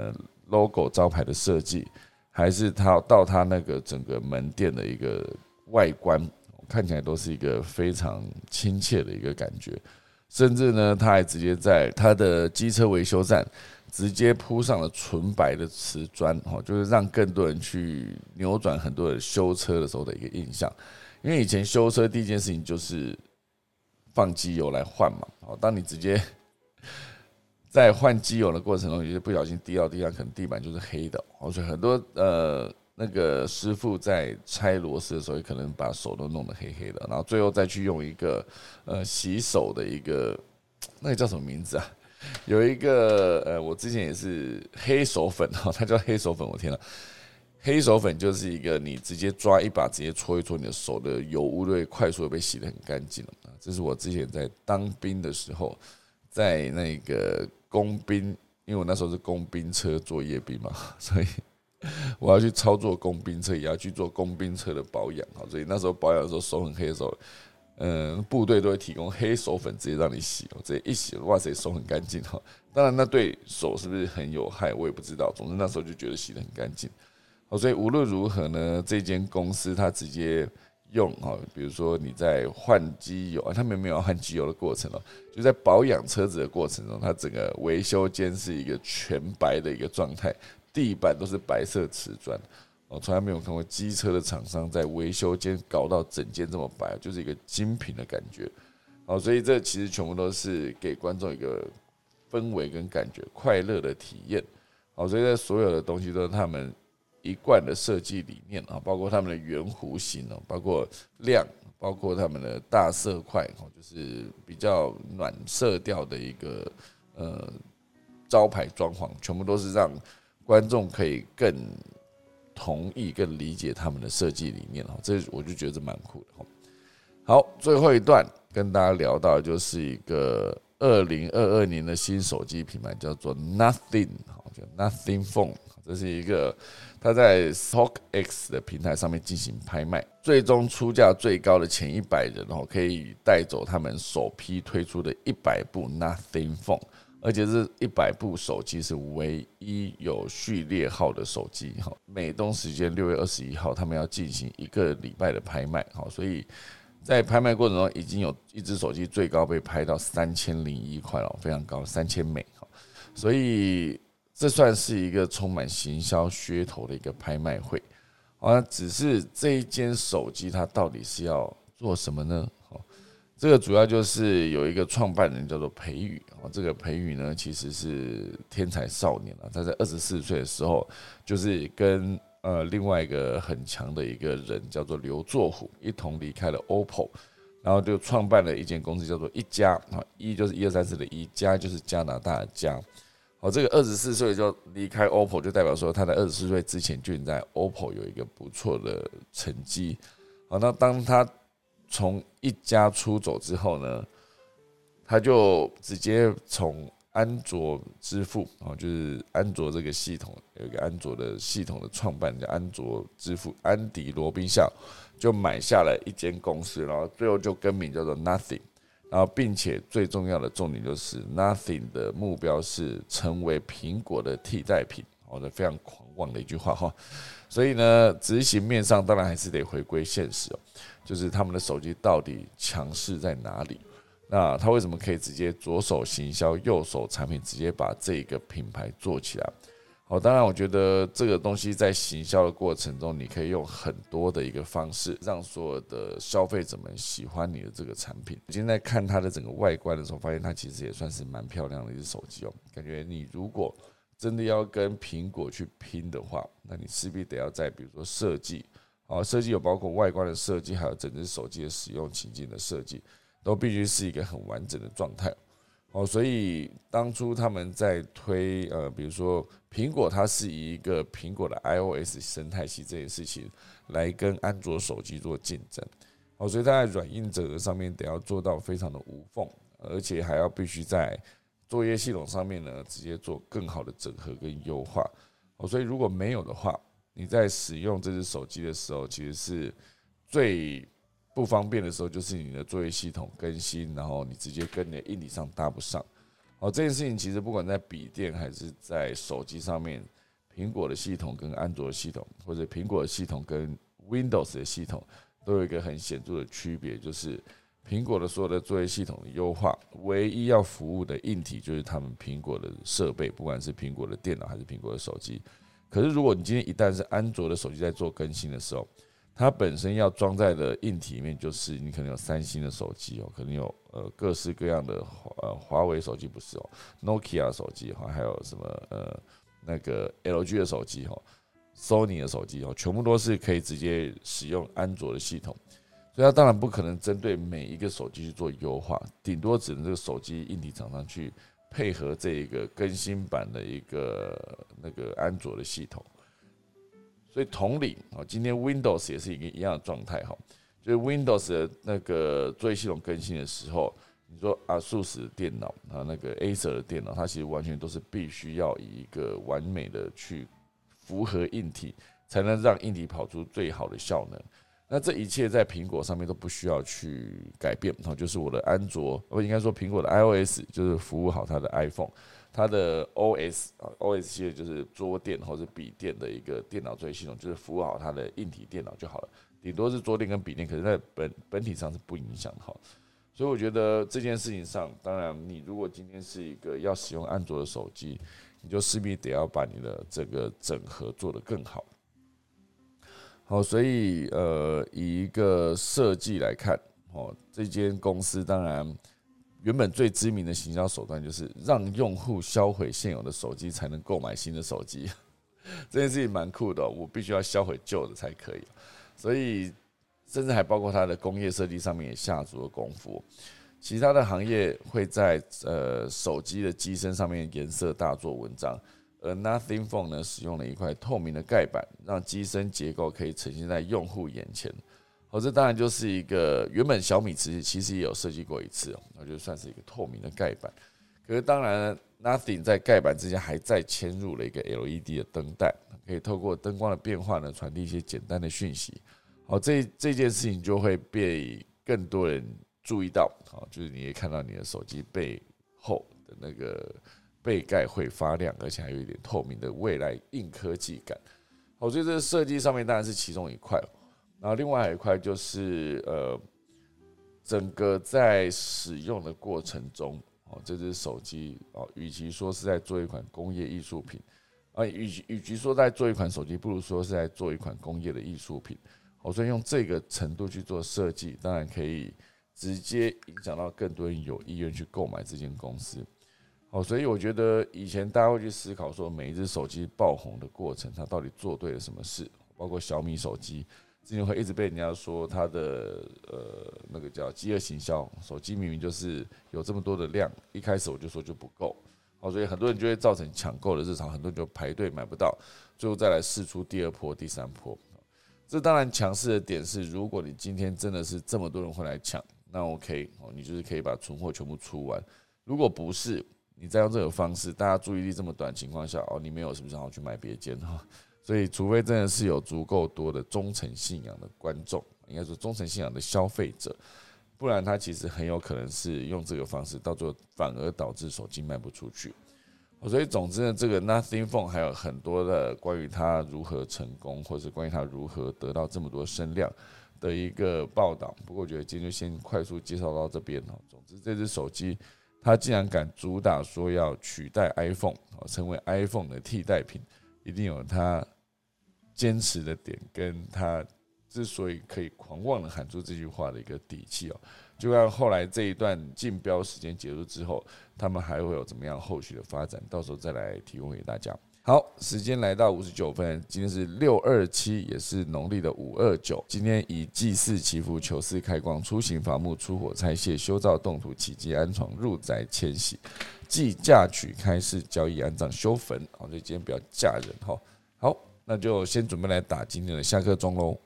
logo 招牌的设计，还是它到它那个整个门店的一个外观，看起来都是一个非常亲切的一个感觉。甚至呢，它还直接在它的机车维修站直接铺上了纯白的瓷砖，就是让更多人去扭转很多人修车的时候的一个印象。因为以前修车第一件事情就是放机油来换嘛，当你直接在换机油的过程中，你就不小心滴到地上，可能地板就是黑的，所以很多那个师傅在拆螺丝的时候，也可能把手都弄得黑黑的，然后最后再去用一个洗手的一个那个叫什么名字啊？有一个我之前也是黑手粉，它叫黑手粉，我天哪！黑手粉就是一个你直接抓一把，直接搓一搓，你的手的油污就会快速的被洗得很干净了。这是我之前在当兵的时候，在那个工兵，因为我那时候是工兵车作业兵嘛，所以我要去操作工兵车，也要去做工兵车的保养，所以那时候保养的时候手很黑的时候，部队都会提供黑手粉，直接让你洗，直接一洗，哇塞，手很干净哈。当然，那对手是不是很有害，我也不知道。总之那时候就觉得洗得很干净。所以无论如何呢，这间公司它直接用比如说你在换机油，他们没有换机油的过程哦，就在保养车子的过程中，它整个维修间是一个全白的一个状态，地板都是白色瓷砖。从来没有看过机车的厂商在维修间搞到整间这么白，就是一个精品的感觉。所以这其实全部都是给观众一个氛围跟感觉，快乐的体验。所以这所有的东西都是他们一贯的设计理念，包括他们的圆弧形，包括亮，包括他们的大色块，就是比较暖色调的一个招牌装潢，全部都是让观众可以更同意、更理解他们的设计理念，这我就觉得这蛮酷的。好，最后一段跟大家聊到的就是一个2022年的新手机品牌，叫做 Nothing， 叫 Nothing Phone。这是一个它在 StockX 的平台上面进行拍卖，最终出价最高的前100人可以带走他们首批推出的100部 Nothing Phone。而且这100部手机是唯一有序列号的手机，美东时间6月21号，他们要进行1个礼拜的拍卖，所以在拍卖过程中，已经有一只手机最高被拍到3001块了，非常高，3000美，所以这算是一个充满行销噱头的一个拍卖会。只是这一间手机它到底是要做什么呢？这个主要就是有一个创办人叫做裴宇，这个裴宇呢其实是天才少年了，他在24岁的时候，就是跟另外一个很强的一个人叫做刘作虎一同离开了 OPPO， 然后就创办了一间公司叫做一加，一就是1、2、3、4的一，加就是加拿大的加。这个24岁就离开 OPPO， 就代表说他在24岁之前就已经在 OPPO 有一个不错的成绩。那当他从一家出走之后呢，他就直接从安卓之父，就是安卓这个系统有一个安卓的系统的创办人叫安卓之父安迪罗宾校，就买下了一间公司，然后最后就更名叫做 Nothing， 然后并且最重要的重点就是 Nothing 的目标是成为苹果的替代品，非常狂妄的一句话哈。所以呢，执行面上当然还是得回归现实就是他们的手机到底强势在哪里？那他为什么可以直接左手行销，右手产品，直接把这个品牌做起来？当然我觉得这个东西在行销的过程中，你可以用很多的一个方式，让所有的消费者们喜欢你的这个产品。我今天在看它的整个外观的时候，发现它其实也算是蛮漂亮的一只手机感觉你如果真的要跟苹果去拼的话，那你势必得要在比如说设计，设计有包括外观的设计，还有整只手机的使用情境的设计，都必须是一个很完整的状态。所以当初他们在推比如说苹果，它是以一个苹果的 iOS 生态系这件事情来跟安卓手机做竞争。所以它在软硬整合上面得要做到非常的无缝，而且还要必须在作业系统上面呢，直接做更好的整合跟优化。所以如果没有的话，你在使用这只手机的时候，其实是最不方便的时候，就是你的作业系统更新，然后你直接跟你的硬体上搭不上。这件事情其实不管在笔电还是在手机上面，苹果的系统跟安卓的系统，或者苹果的系统跟 Windows 的系统，都有一个很显著的区别，就是苹果的所有的作业系统的优化，唯一要服务的硬体就是他们苹果的设备，不管是苹果的电脑还是苹果的手机。可是如果你今天一旦是安卓的手机在做更新的时候，它本身要装在的硬体里面，就是你可能有三星的手机可能有各式各样的华为手机不是Nokia 手机还有什么那个 LG 的手机Sony 的手机全部都是可以直接使用安卓的系统。所以它当然不可能针对每一个手机去做优化，顶多只能这个手机硬体厂商去配合这一个更新版的一个那个安卓的系统。所以同理，今天 Windows 也是一个一样的状态，就是 Windows 的那个作业系统更新的时候，你说 ASUS 的电脑那个 Acer 的电脑，它其实完全都是必须要以一个完美的去符合硬体，才能让硬体跑出最好的效能。那这一切在苹果上面都不需要去改变，就是我的安卓，我应该说苹果的 iOS 就是服务好它的 iPhone， 它的 OS 系列就是桌垫或者笔电的一个电脑作业系统，就是服务好它的硬体电脑就好了，顶多是桌垫跟笔电，可是在本体上是不影响的。所以我觉得这件事情上，当然你如果今天是一个要使用安卓的手机，你就势必得要把你的这个整合做得更好。所以以一个设计来看，这间公司当然原本最知名的行销手段就是让用户销毁现有的手机才能购买新的手机，这件事情蛮酷的我必须要销毁旧的才可以。所以甚至还包括它的工业设计上面也下足了功夫。其他的行业会在手机的机身上面颜色大做文章。而 Nothing Phone 呢，使用了一块透明的盖板，让机身结构可以呈现在用户眼前。这当然就是一个原本小米其实也有设计过一次我觉得算是一个透明的盖板。可是当然 Nothing 在盖板之间还再嵌入了一个 LED 的灯带，可以透过灯光的变化呢，传递一些简单的讯息。这件事情就会被更多人注意到，就是你也看到你的手机背后的那个背盖会发亮，而且还有一点透明的未来硬科技感。所以这个设计上面当然是其中一块，然后另外还有一块就是整个在使用的过程中，这只手机与其说是在做一款工业艺术品，与其说在做一款手机，不如说是在做一款工业的艺术品。所以用这个程度去做设计，当然可以直接影响到更多人有意愿去购买这间公司。所以我觉得以前大家会去思考说，每一只手机爆红的过程，它到底做对了什么事？包括小米手机，之前会一直被人家说它的那个叫饥饿行销，手机明明就是有这么多的量，一开始我就说就不够，所以很多人就会造成抢购的热潮，很多人就排队买不到，最后再来试出第二波、第三波。这当然强势的点是，如果你今天真的是这么多人会来抢，那 OK， 你就是可以把存货全部出完。如果不是，你再用这个方式，大家注意力这么短的情况下，你没有是不是好去买别间？所以除非真的是有足够多的忠诚信仰的观众，应该说忠诚信仰的消费者，不然他其实很有可能是用这个方式，到最后反而导致手机卖不出去。所以总之呢，这个 Nothing Phone 还有很多的关于它如何成功，或者是关于它如何得到这么多声量的一个报道。不过我觉得今天就先快速介绍到这边。总之这只手机它竟然敢主打说要取代 iPhone， 成为 iPhone 的替代品，一定有它坚持的点跟它之所以可以狂妄的喊出这句话的一个底气哦。就看后来这一段竞标时间结束之后，他们还会有怎么样后续的发展，到时候再来提供给大家。好，时间来到59分，今天是627，也是农历的529。今天以祭祀祈福、求事开光、出行伐木、出火拆卸、修造动土、起居安床、入宅迁徙、祭嫁娶、开市、交易安葬、修坟。好，所以今天不要嫁人哈。好，那就先准备来打今天的下课钟喽。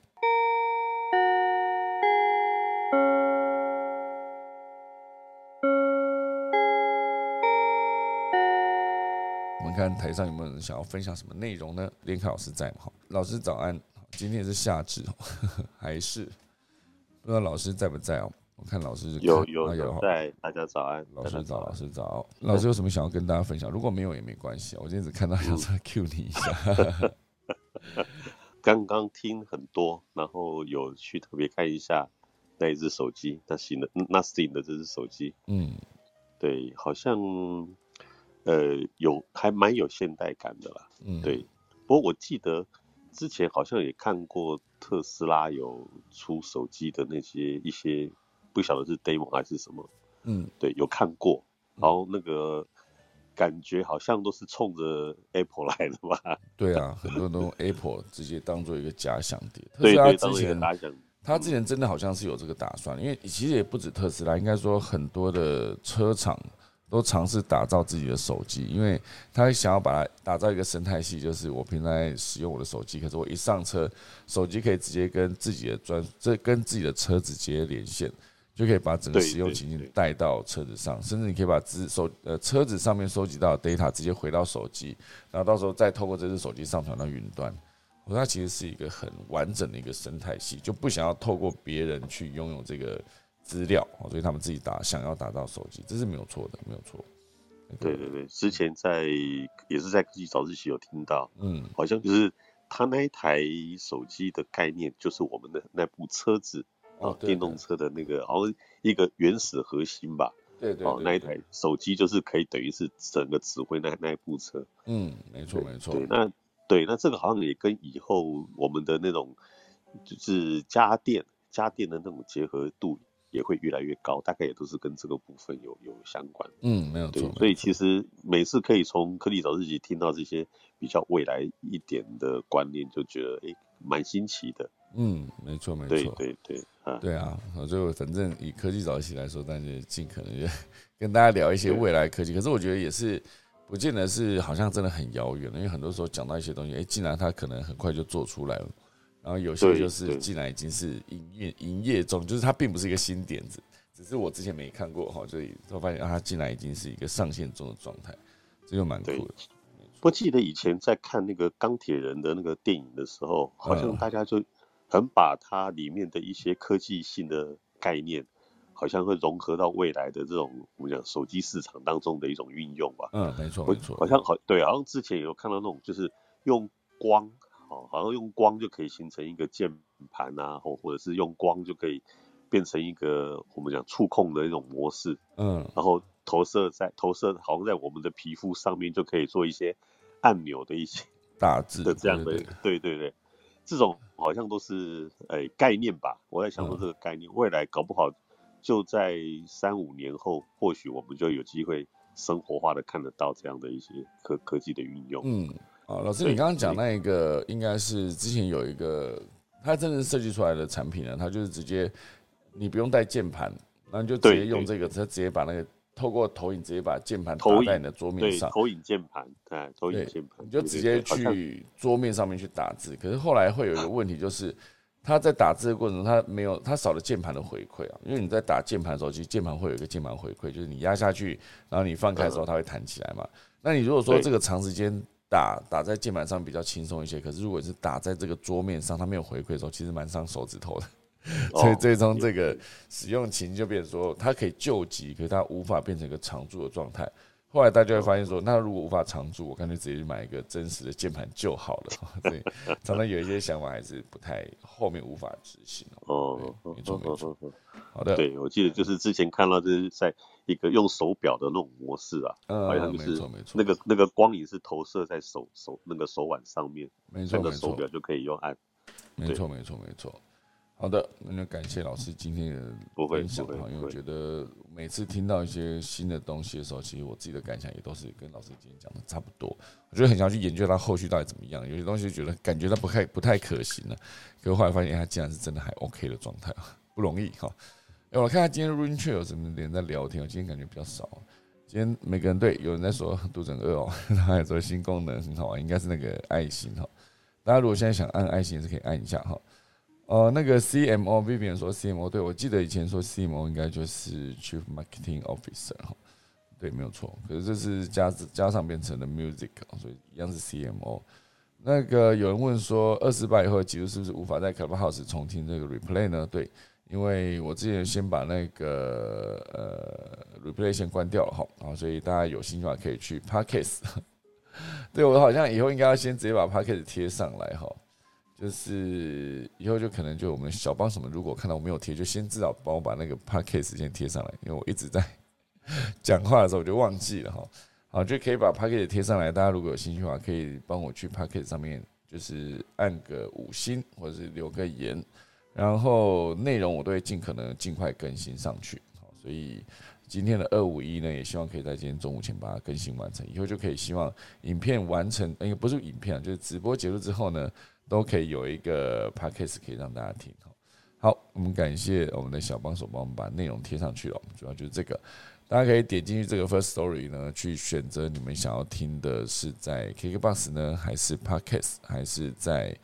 我们看台上有没有人想要分享什么内容呢？连凯老师在吗？老师早安，今天是夏至，还是不知道老师在不在哦？我看老师有在， 大家早安， 老师早，老师早，老师有什么想要跟大家分享？如果没有也没关系，我今天只看到想说 cue 你一下。 刚刚听很多，然后有去特别看一下那一只手机，那Nothing 的这只手机，对，好像还蛮有现代感的啦，对。不过我记得之前好像也看过特斯拉有出手机的一些，不晓得是 demo 还是什么，对，有看过，然后那个感觉好像都是冲着 Apple 来的吧？ 对啊，很多人都用 Apple 直接当做一个假想敌。 对，当做一个假想。 他之前真的好像是有这个打算，因为其实也不止特斯拉，应该说很多的车厂都尝试打造自己的手机，因为他想要把它打造一个生态系，就是我平常使用我的手机，可是我一上车，手机可以直接跟自己的车子直接连线，就可以把整个使用情境带到车子上，甚至你可以把车子上面收集到的 data 直接回到手机，然后到时候再透过这只手机上传到云端。我说它其实是一个很完整的一个生态系，就不想要透过别人去拥有这个资料，所以他们自己想要打造手机，这是没有错的，没有错。 对，之前也是在科技早自习有听到，好像就是他那一台手机的概念，就是我们的那部车子电动车的那个，好像一个原始核心吧。 对， 那一台手机就是可以等于是整个指挥那一部车。 没错。 对，那这个好像也跟以后我们的那种就是家电的那种结合度也会越来越高，大概也都是跟这个部分有相关。 没有错。 所以其实每次可以从科技早自习听到这些比较未来一点的观念，就觉得蛮新奇的。 没错。对啊，就反正以科技早自习来说，但是尽可能就跟大家聊一些未来科技。可是我觉得也是。不见得是好像真的很遥远，因为很多时候讲到一些东西，竟然它可能很快就做出来了，然后有些就是竟然已经是营业中，就是它并不是一个新点子，只是我之前没看过哈，所以我发现它竟然已经是一个上线中的状态，这就蛮酷的。 我记得以前在看那个钢铁人的那个电影的时候，好像大家就很把它里面的一些科技性的概念。好像会融合到未来的这种我们讲手机市场当中的一种运用吧。 没错。 好像之前有看到那种就是用光，好像用光就可以形成一个键盘啊，或者是用光就可以变成一个我们讲触控的一种模式。然后投射好像在我们的皮肤上面就可以做一些按钮的一些大致的这样的，对，这种好像都是概念吧。我在想说这个概念未来搞不好。就在3-5年后，或许我们就有机会生活化的看得到这样的一些科技的运用。 老师，你刚刚讲那一个，应该是之前有一个，它真正设计出来的产品呢，它就是直接你不用带键盘，然后你就直接用这个，它直接把那个透过投影直接把键盘打在你的桌面上， 投影键盘，投影键盘， 你就直接去桌面上面去打字。可是后来会有一个问题就是。他在打字的过程中，他少了键盘的回馈啊，因为你在打键盘的时候，其实键盘会有一个键盘回馈，就是你压下去，然后你放开的时候，它会弹起来嘛。那你如果说这个长时间打在键盘上比较轻松一些，可是如果是打在这个桌面上，它没有回馈的时候，其实蛮伤手指头的。所以最终这个使用情就变成说，它可以救急，可是它无法变成一个常驻的状态。后来大家就会发现说，那如果无法常驻，我干脆直接去买一个真实的键盘就好了。所以常常有一些想法还是不太后面无法执行。没错。好的， 对，我记得就是之前看到就是在一个用手表的那种模式啊，好像就是那个光影是投射在那个手腕上面， 没错， 手表就可以用按。 没错。 好的，那就感谢老师今天的分享，因为我觉得每次听到一些新的东西的时候，其实我自己的感想也都是跟老师今天讲的差不多。我觉得很想去研究它后续到底怎么样，有些东西觉得感觉它不太可行了，可是后来发现它竟然是真的还 OK 的状态，不容易哈。我看他今天 Run Chat 有什么人在聊天，我今天感觉比较少。今天每个人对有人在说杜整2他还说新功能很好，应该是那个爱心哈。大家如果现在想按爱心也是可以按一下哈。那个 CMO Vivian 说 CMO， 对，我记得以前说 CMO 应该就是 Chief Marketing Officer 哈，对，没有错。可是这是加上变成了 Music， 所以一样是 CMO。那个有人问说28以后的集数是不是无法在 Clubhouse 重听这个 Replay 呢？对，因为我之前先把那个Replay 先关掉了哈，所以大家有兴趣的话可以去 Podcast。对，我好像以后应该要先直接把 Podcast 贴上来哈。就是以后就可能就我们小帮什么，如果看到我没有贴，就先至少帮我把那个 podcast 先贴上来，因为我一直在讲话的时候我就忘记了哈。好，就可以把 podcast 贴上来。大家如果有兴趣的话，可以帮我去 podcast 上面就是按个5星或者是留个言，然后内容我都会尽可能尽快更新上去。所以今天的251呢，也希望可以在今天中午前把它更新完成，以后就可以希望影片完成，不是影片就是直播结束之后呢，都可以有一个 podcast 可以让大家听。好，我们感谢我们的小帮手帮我们把内容贴上去了。主要就是这个，大家可以点进去这个 First Story 呢，去选择你们想要听的是在 KKBOX 呢，还是 podcast， 还是在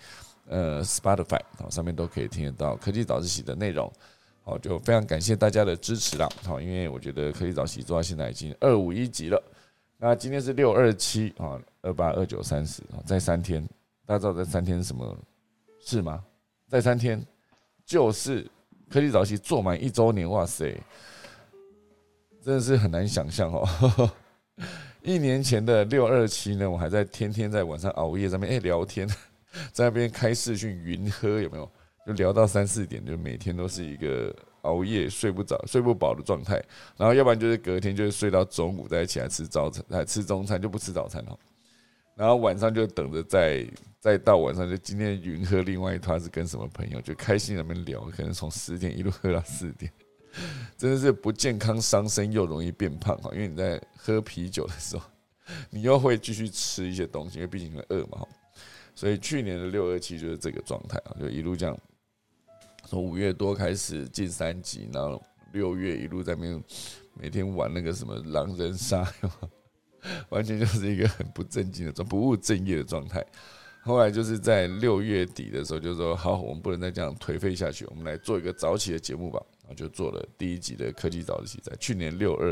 Spotify 上面都可以听得到科技早自习的内容。好，就非常感谢大家的支持啦。好，因为我觉得科技早起做到现在已经251集了。那今天是627啊，28、29、30啊，再3天，大家知道这3天是什么事吗？再3天就是科技早起做满1周年，哇塞，真的是很难想象哦。1年前的627呢，我还在天天在晚上熬夜在那边聊天，在那边开视讯云喝，有没有？就聊到3、4点，就每天都是一个熬夜睡不饱的状态，然后要不然就是隔天就是睡到中午再起来吃早餐，吃中餐就不吃早餐了，然后晚上就等着再到晚上就今天云喝，另外一团是跟什么朋友就开心在那边聊，可能从10点一路喝到4点，真的是不健康伤身又容易变胖，因为你在喝啤酒的时候，你又会继续吃一些东西，因为毕竟会饿嘛，所以去年的627就是这个状态，就一路这样。从5月多开始进3级，然后6月一路在那边每天玩那个什么狼人杀，完全就是一个很不正经的不务正业的状态。后来就是在6月底的时候，就说好，我们不能再这样颓废下去，我们来做一个早起的节目吧。然后就做了第1集的科技早起，在去年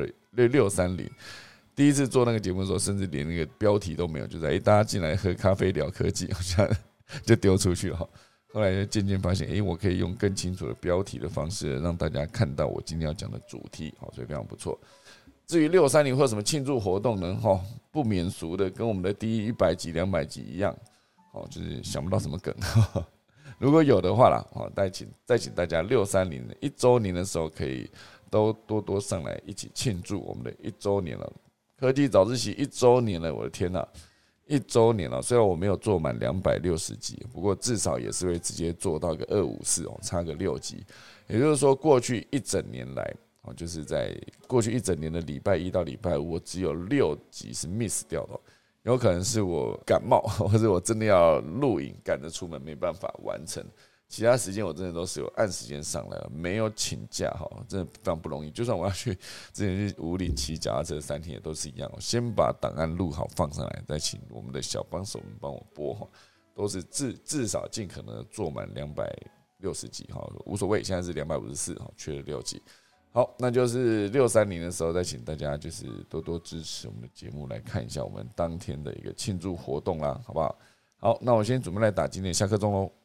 630，第一次做那个节目的时候，甚至连那个标题都没有，就在大家进来喝咖啡聊科技，好像就丢出去了。后来就渐渐发现，我可以用更清楚的标题的方式，让大家看到我今天要讲的主题，所以非常不错。至于630会有什么庆祝活动呢？不免俗的，跟我们的第100集、200集一样，就是想不到什么梗。如果有的话啦，再请大家630 1周年的时候，可以都多多上来一起庆祝我们的1周年了。科技早自习1周年了，我的天哪！1周年了，虽然我没有做满260集，不过至少也是会直接做到个254差个6集。也就是说，过去1整年来，就是在过去1整年的礼拜1到礼拜5，我只有6集是 miss 掉的。有可能是我感冒，或者我真的要录影赶着出门没办法完成。其他时间我真的都是有按时间上来了，没有请假，真的非常不容易。就算我要去之前去武岭骑脚踏车3天也都是一样，先把档案录好放上来，再请我们的小帮手们帮我播，都是至少尽可能做满260集，无所谓。现在是254，缺了6集。好，那就是630的时候再请大家就是多多支持我们的节目，来看一下我们当天的一个庆祝活动啦，好不好？好，那我先准备来打今天的下课钟喽。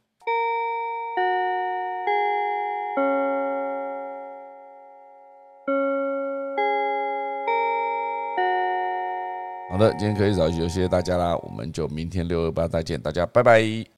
好的，今天可以早起就谢谢大家啦，我们就明天628再见，大家拜拜。